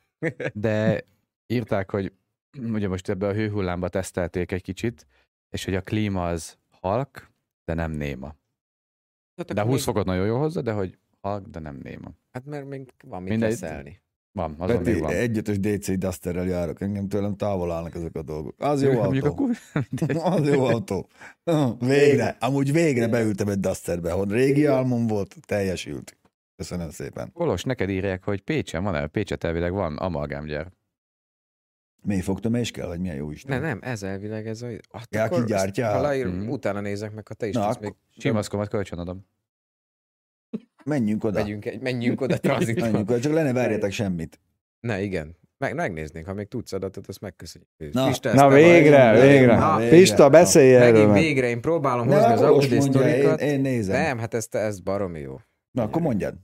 De írták, hogy ugye most ebbe a hőhullámba tesztelték egy kicsit, és hogy a klíma az halk, de nem néma. De húsz még... fokot nagyon jó hozzá, de hogy halk, de nem néma. Hát mert még van mit Mindegy... teszelni. Van, azon Peti, még van. egyötös dé cé Dusterrel járok, engem tőlem távol állnak ezek a dolgok. Az jó autó. Az jó autó. Végre, amúgy végre beültem egy Dusterbe, hogy régi álmom volt, teljesült. Köszönöm szépen. Kolos, neked írják, hogy Pécsen van el, Pécset elvileg van amalgámgyár. Mély fogtöme is kell, hogy milyen jó Isten. Nem, nem, ez elvileg ez a... Hát ja, ki gyártja? Halajr, mm. Utána nézek meg, ha te is Na, tudsz még... Simaszkomat kölcsönadom. Menjünk oda. Menjünk, menjünk oda tranzitban. Menjünk oda, csak le ne várjatok semmit. Ne, igen. Meg, megnéznénk, ha még tudsz adatot, azt megköszönjük. Na, Pista, na végre, vagy, végre. Na, végre. Pista, beszélj erről. Megint végre, én próbálom hozni az Audi sztorikat. Én, én nézem. Nem, hát ez, ez baromi jó. Na, akkor mondjad.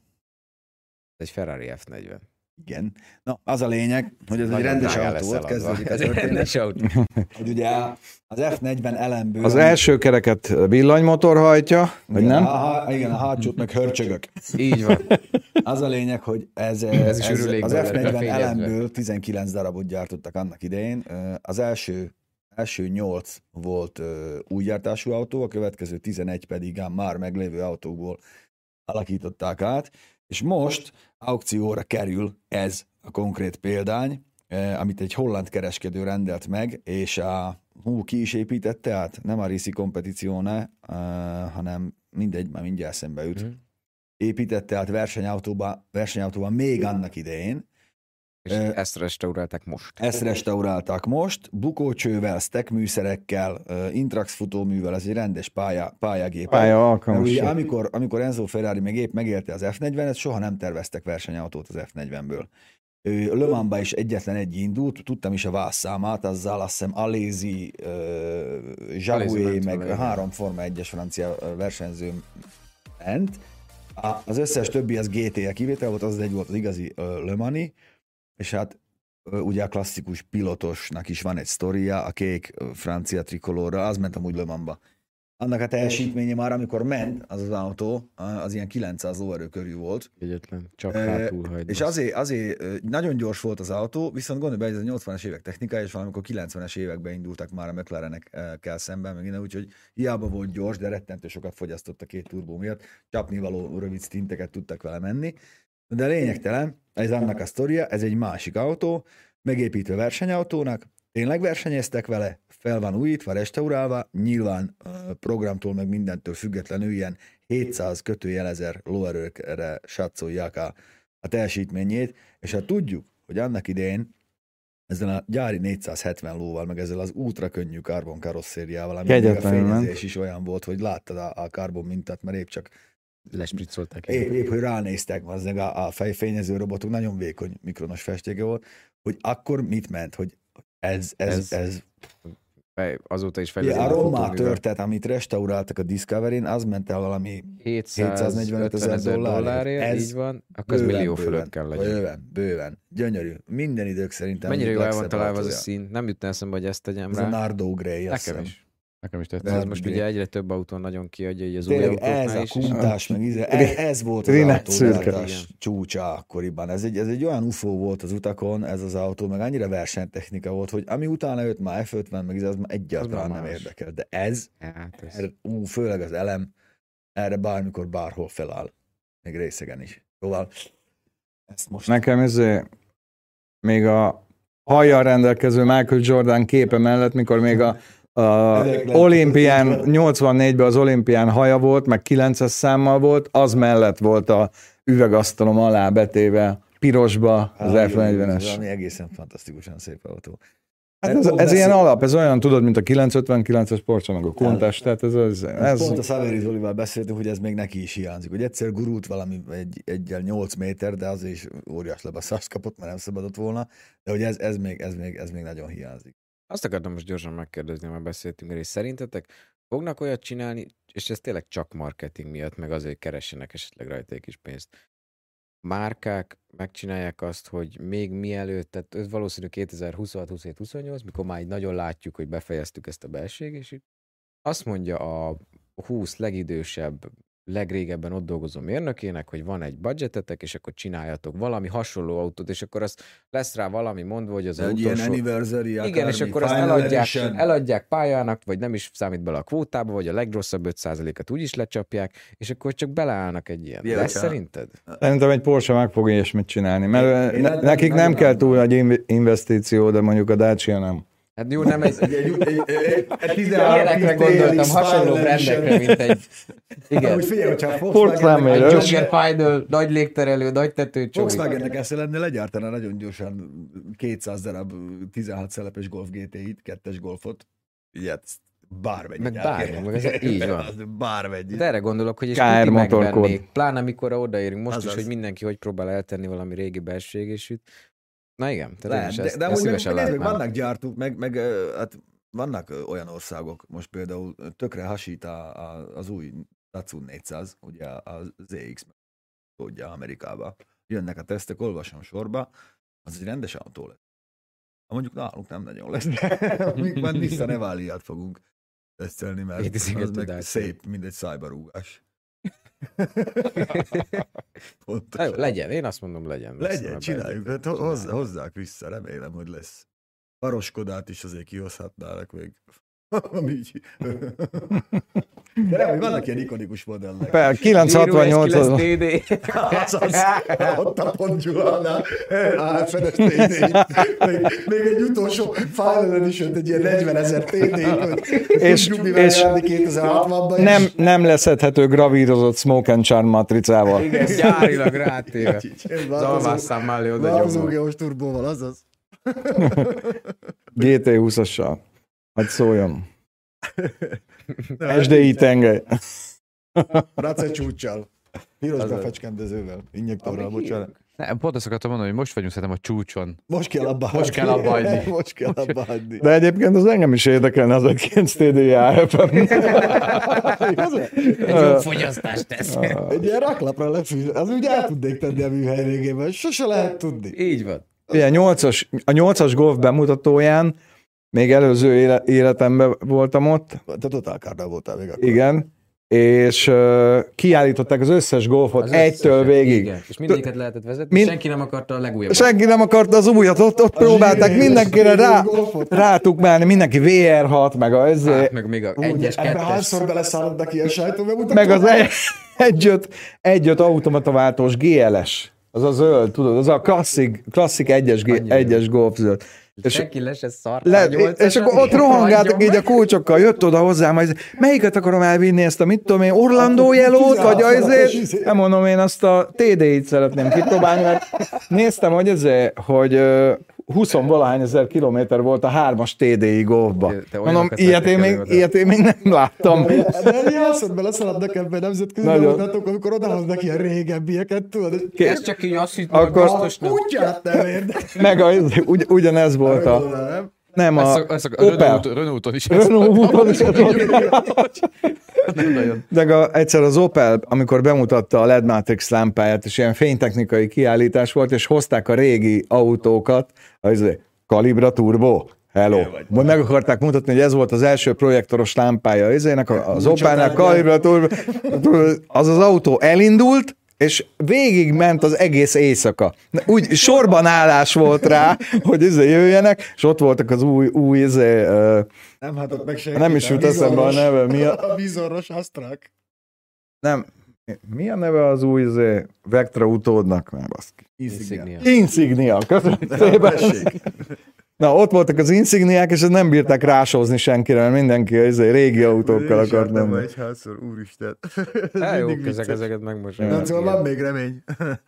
Ez egy Ferrari ef negyven. Igen. Na, az a lényeg, hogy ez egy rendes autó volt, kezdődik a történet. Hogy ugye az ef negyven elemből... Az első kereket villanymotor hajtja, vagy igen, nem? A, igen, a hátsót meg hörcsögök. Így van. Az a lényeg, hogy ez, ez, ez az ef negyven elemből tizenkilenc darabot gyártottak annak idején. Az első, első nyolc volt új gyártású autó, a következő tizenegy pedig a már meglévő autókból alakították át, és most aukcióra kerül ez a konkrét példány, amit egy holland kereskedő rendelt meg, és a hú, ki is építette át, nem a Risi Competizione, hanem mindegy, már mindjárt szembe üt. Mm. Építette át versenyautóba, versenyautóban még annak idején. És uh, ezt restaurálták most. Ezt restaurálták most, bukócsővel, stack műszerekkel, uh, Intrax futóművel, ez egy rendes pálya, pályagép. Pálya alkalmas. Amikor, amikor Enzo Ferrari még épp megérte az ef negyvenet, soha nem terveztek versenyautót az ef negyvenből. Ő Le Mansba is egyetlen egy indult, tudtam is a vászszámát, azzal azt hiszem Alézi, uh, Jagué, meg három Forma egyes francia versenyző ment. Az összes többi az gé té e kivétel volt, az egy volt az igazi uh, Le Mani, és hát ugye a klasszikus pilotosnak is van egy sztoria, a kék francia trikolóra, az ment amúgy Le Mansba. Annak a teljesítménye már, amikor ment az az autó, az ilyen kilencszáz lóerő körül volt. Egyetlen, csak hátul hajtva. És azért, azért nagyon gyors volt az autó, viszont gondolj be, hogy ez a nyolcvanas évek technikája, és valamikor kilencvenes években indultak már a McLarenekkel szemben, meg innen, úgyhogy hiába volt gyors, de rettentő sokat fogyasztott a két turbó miatt, csapnivaló rövid stinteket tudtak vele menni. De lényegtelen, ez annak a sztoria, ez egy másik autó, megépítve versenyautónak, tényleg versenyeztek vele, fel van újítva, restaurálva, nyilván programtól meg mindentől függetlenül ilyen hétszáz kötőjel ezer lóerőre satszolják a, a teljesítményét, és hát tudjuk, hogy annak idején ezzel a gyári négyszázhetven lóval, meg ezzel az ultra könnyű karbon karosszériával, ami a fényezés is olyan volt, hogy láttad a, a karbon mintát, mert épp csak lespriccolták. Épp, épp, hogy ránéztek, az a, a fejfényező robotok nagyon vékony mikronos festéke volt, hogy akkor mit ment, hogy ez, ez, ez, ez azóta is fejlődött. Ja, a rommá törtet, amit restauráltak a Discovery-n, az ment el valami hétszáznegyvenöt ezer dollárért. Ez így van, akkor ez millió fölött kell legyen. Bőven, bőven. Gyönyörű. Minden idők szerintem. Mennyire jól el van találva az a szín. Nem jutna eszembe, hogy ezt tegyem rá. Ez a Nardo Grey. Nekem is. Nekem is tetszett. De ez most ugye egyre több autón nagyon kiadja, így az új autóknál ez is. Ez a kuntás, meg íze, ez, ez volt az autógyártás csúcsa akkoriban. Ez egy, ez egy olyan ufó volt az utakon, ez az autó, meg annyira versenytechnika volt, hogy ami utána jött már ef ötven, meg íze, az már egyáltalán nem érdekel. De ez, hát ez... Erre, ú, főleg az elem, erre bármikor, bárhol feláll. Még részegen is. Szóval ezt most... Nekem ezért még a hajjal rendelkező Michael Jordan képe mellett, mikor még a a olimpián, nyolcvannégyben az olimpián haja volt, meg kilences számmal volt, az mellett volt a üvegasztalom alá betéve, pirosba az ef negyvenes. Ami egészen fantasztikusan szép autó. Hát ez, ez ilyen alap, ez olyan, tudod, mint a kilencszázötvenkilences Porsche, meg a Countach, tehát ez az... Ez... Pont a Saveri Zolival beszéltünk, hogy ez még neki is hiányzik, hogy egyszer gurult valami egy, egyel nyolc méter, de az is óriás lebaszást kapott, mert nem szabadott volna, de hogy ez, ez, még, ez, még, ez még nagyon hiányzik. Azt akartam most gyorsan megkérdezni, már beszéltünk, és szerintetek fognak olyat csinálni, és ez tényleg csak marketing miatt, meg azért keressenek esetleg rajta egy kis pénzt. Márkák megcsinálják azt, hogy még mielőtt, tehát ez valószínű kétezer-huszonhat, huszonhét, huszonnyolc, mikor már így nagyon látjuk, hogy befejeztük ezt a belségését, azt mondja a húsz legidősebb, legrégebben ott dolgozó mérnökének, hogy van egy budgetetek, és akkor csináljatok valami hasonló autót, és akkor az lesz rá valami mondva, hogy az De egy utolsó... ilyen anniversary, Igen, akármi, és akkor azt final eladják, edition. eladják pályának, vagy nem is számít bele a kvótába, vagy a legrosszabb öt százalékot úgyis lecsapják, és akkor csak beleállnak egy ilyen. Ja, Lesz hogyha- szerinted? Szerintem egy Porsche meg fog ilyesmit csinálni, mert Én- ne, én nekik nem- nem nem kell látom. túl nagy inv- investíció, de mondjuk a Dacia nem. Hát jó, nem egy... Egy- egy- egy- egy- egy tizenhárom Ilyenekre T L X gondoltam, hasonló Final Edition. brandekre, mint egy... Igen. Úgy figyelj, hogyha a Ford Volkswagennek, számít. Egy Ös. Jogger Final, nagy légterelő, nagy tetőcsomó. Volkswagennek ezt lenne legyártana nagyon gyorsan kétszáz darab tizenhat szelepes Golf gé té í-t, kettes Golfot. Ilyet bármennyi. Meg bármi, meg ez így van. Bármennyi. De erre gondolok, hogy is ká er tuti motorkód. megvennék. Pláne amikor odaérünk most Azaz. is, hogy mindenki hogy próbál eltenni valami régi belsőégésűt. Na igen, tehát én Lehet, is de, ezt, de ezt amúgy meg, szívesen meg, nézd, meg látnám. vannak gyártók, meg, meg ö, hát vannak ö, olyan országok, most például tökre hasít a, a, az új Datsun négyszáz, ugye a zé iksz ugye Amerikába. Jönnek a tesztek, olvasom sorba, az egy rendes autó lesz. Mondjuk nálunk nem nagyon lesz, de még már Nissan Evalia-t fogunk tesztelni, mert Kétezeket az meg tudás. szép, mint egy szájbarúgás. Na jó, legyen, én azt mondom, legyen. Legyen, csináljuk, hát hoz, hozzák vissza, remélem, hogy lesz. Paroskodát is azért kihozhatnának még. Ami így- De nem, hogy vannak ilyen ikonikus modellek. Per kilencszázhatvannyolc az... té dé. Azaz, ott a pont Gyulánál, elfedes té dé í. Még, még egy utolsó Final Edition, egy ilyen negyvenezer té dé í, hogy És- Jubivel és- járni kétezer-hatvanban is. Nem, nem leszedhető gravírozott Smoke and Charm matricával. Igen, gyárilag rátéve. Ez Az alvásszám mellé oda Változó gyomol. geós turbóval, azaz. gé té húszassal. Hogy szóljon. Nem, es dé i tengely. Race csúccsal. Piros Azaz. befecskendezővel. Injektorral, Ami bocsánat. Nem, pont azt akartam mondani, hogy most vagyunk szerintem a csúcson. Most kell abba hagyni. Most kell abba hagyni. Most kell abba hagyni. De egyébként az engem is érdekelne az egy té dé i á ef em. Egy jobb fogyasztást tesz. Egy ilyen raklapra lefűz, az úgy el tudnék tenni a műhely végében, sose lehet tudni. Így van. Ugye, nyolcas, a nyolcas golf bemutatóján, még előző éle, életemben voltam ott, Te Total Car-nál voltál még akkor. igen, és uh, kiállították az összes golfot Az egytől összeset, végig. Igen. És mindegyiket lehetett vezetni, Mind- senki nem akarta a legújabbat. Senki nem akarta az újat, ott, ott próbálták zsíros, mindenkire zsíros rá, golfot. rátukmálni, mindenki vé er hat, meg a ez, Hát, meg még a Úgy, egyes, ebbe kettes. hányszor beleszállodnak ilyen sajtó bemutató? meg az egy, egy-öt, egy-öt automataváltós gé el es. Az a zöld, tudod, az a klasszik, klasszik egyes, gé- Annyira egyes golf zöld. És, Senki le se szart. le, és akkor ott rohangáltak így a kulcsokkal, jött oda hozzám, hogy melyiket akarom elvinni, ezt a mit tudom én, Orlando Yellow-t, vagy azért, nem mondom, én azt a té dé í-t szeretném kipróbálni, mert néztem, hogy ezért, hogy ö, húsz-valahány ezer kilométer volt a hármas té dé í golfba. Te- te Mondom, olyanokat ilyet én, vettek még, elő oda. ilyet én még nem láttam. De jászod beleszaladnak ebben nemzetközi Nagyon. bemutatók, amikor odahoznak ilyen régebbieket, tudod? Ez csak így azt hittem, Akkor- hogy biztos nem. Kutyát nem érdekel. Meg a, ugy, ugyanez volt a, Nem? nem Ez a, a, ez a Opel. Renault, Renault-on is ez Renault volt. úton is Nem nagyon. de a, egyszer az Opel, amikor bemutatta a el é dé Matrix lámpáját, és ilyen fénytechnikai kiállítás volt, és hozták a régi autókat, az Calibra Turbo, hello. Majd meg akarták mutatni, hogy ez volt az első projektoros lámpája az, az Opelnek, Calibra Turbo, az az autó elindult, és végig ment az egész éjszaka. Úgy sorban állás volt rá, hogy izé jöjjenek, és ott voltak az új, új izé, uh, Nem hatott meg senki. nem is jut eszembe a neve, mi a, A vízorros Astrák. nem, mi a neve az új izé, Vectra utódnak? Nem, baszki. Insignia. Insignia, köszönöm szépen. Tessék. Na, ott voltak az Insigniák, és nem bírták rásózni senkire, mert mindenki az izé, régi autókkal akart Nem menni. egy hátszor, úristen. Hát jó, Mindig ezek, vicces. ezeket Nem, megmosolják. szóval van még remény.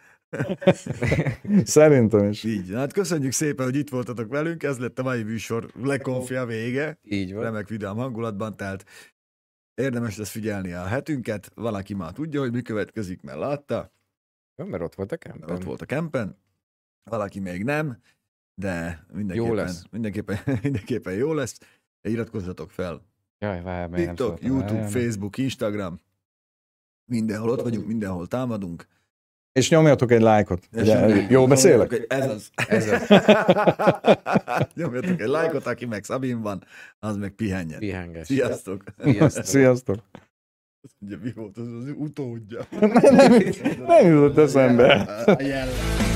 Szerintem is. Így, na hát köszönjük szépen, hogy itt voltatok velünk, ez lett a mai műsor lekonfja vége. Így van. Remek vidám hangulatban, tehát érdemes lesz figyelni a hetünket, valaki már tudja, hogy mi következik, mert látta, Jó, mert ott volt a mert kempen. ott volt a kempen, valaki még nem, de mindenképpen Jó jó lesz. lesz. Mindenképpen, mindenképpen jó lesz. Iratkozzatok fel Jaj, várj, nem TikTok, szóltam. YouTube, Várj, Facebook, Instagram. Mindenhol ott vagyunk, mindenhol támadunk. És nyomjatok egy lájkot. Ugye, jó beszélek? Ez az. Ez az. Nyomjatok egy lájkot, aki meg Szabin van, az meg pihenjen. Pihenges. Sziasztok. Sziasztok. Sziasztok. Ugye mi volt az, az utódja? Nem, nem, nem jutott eszembe. A jellem.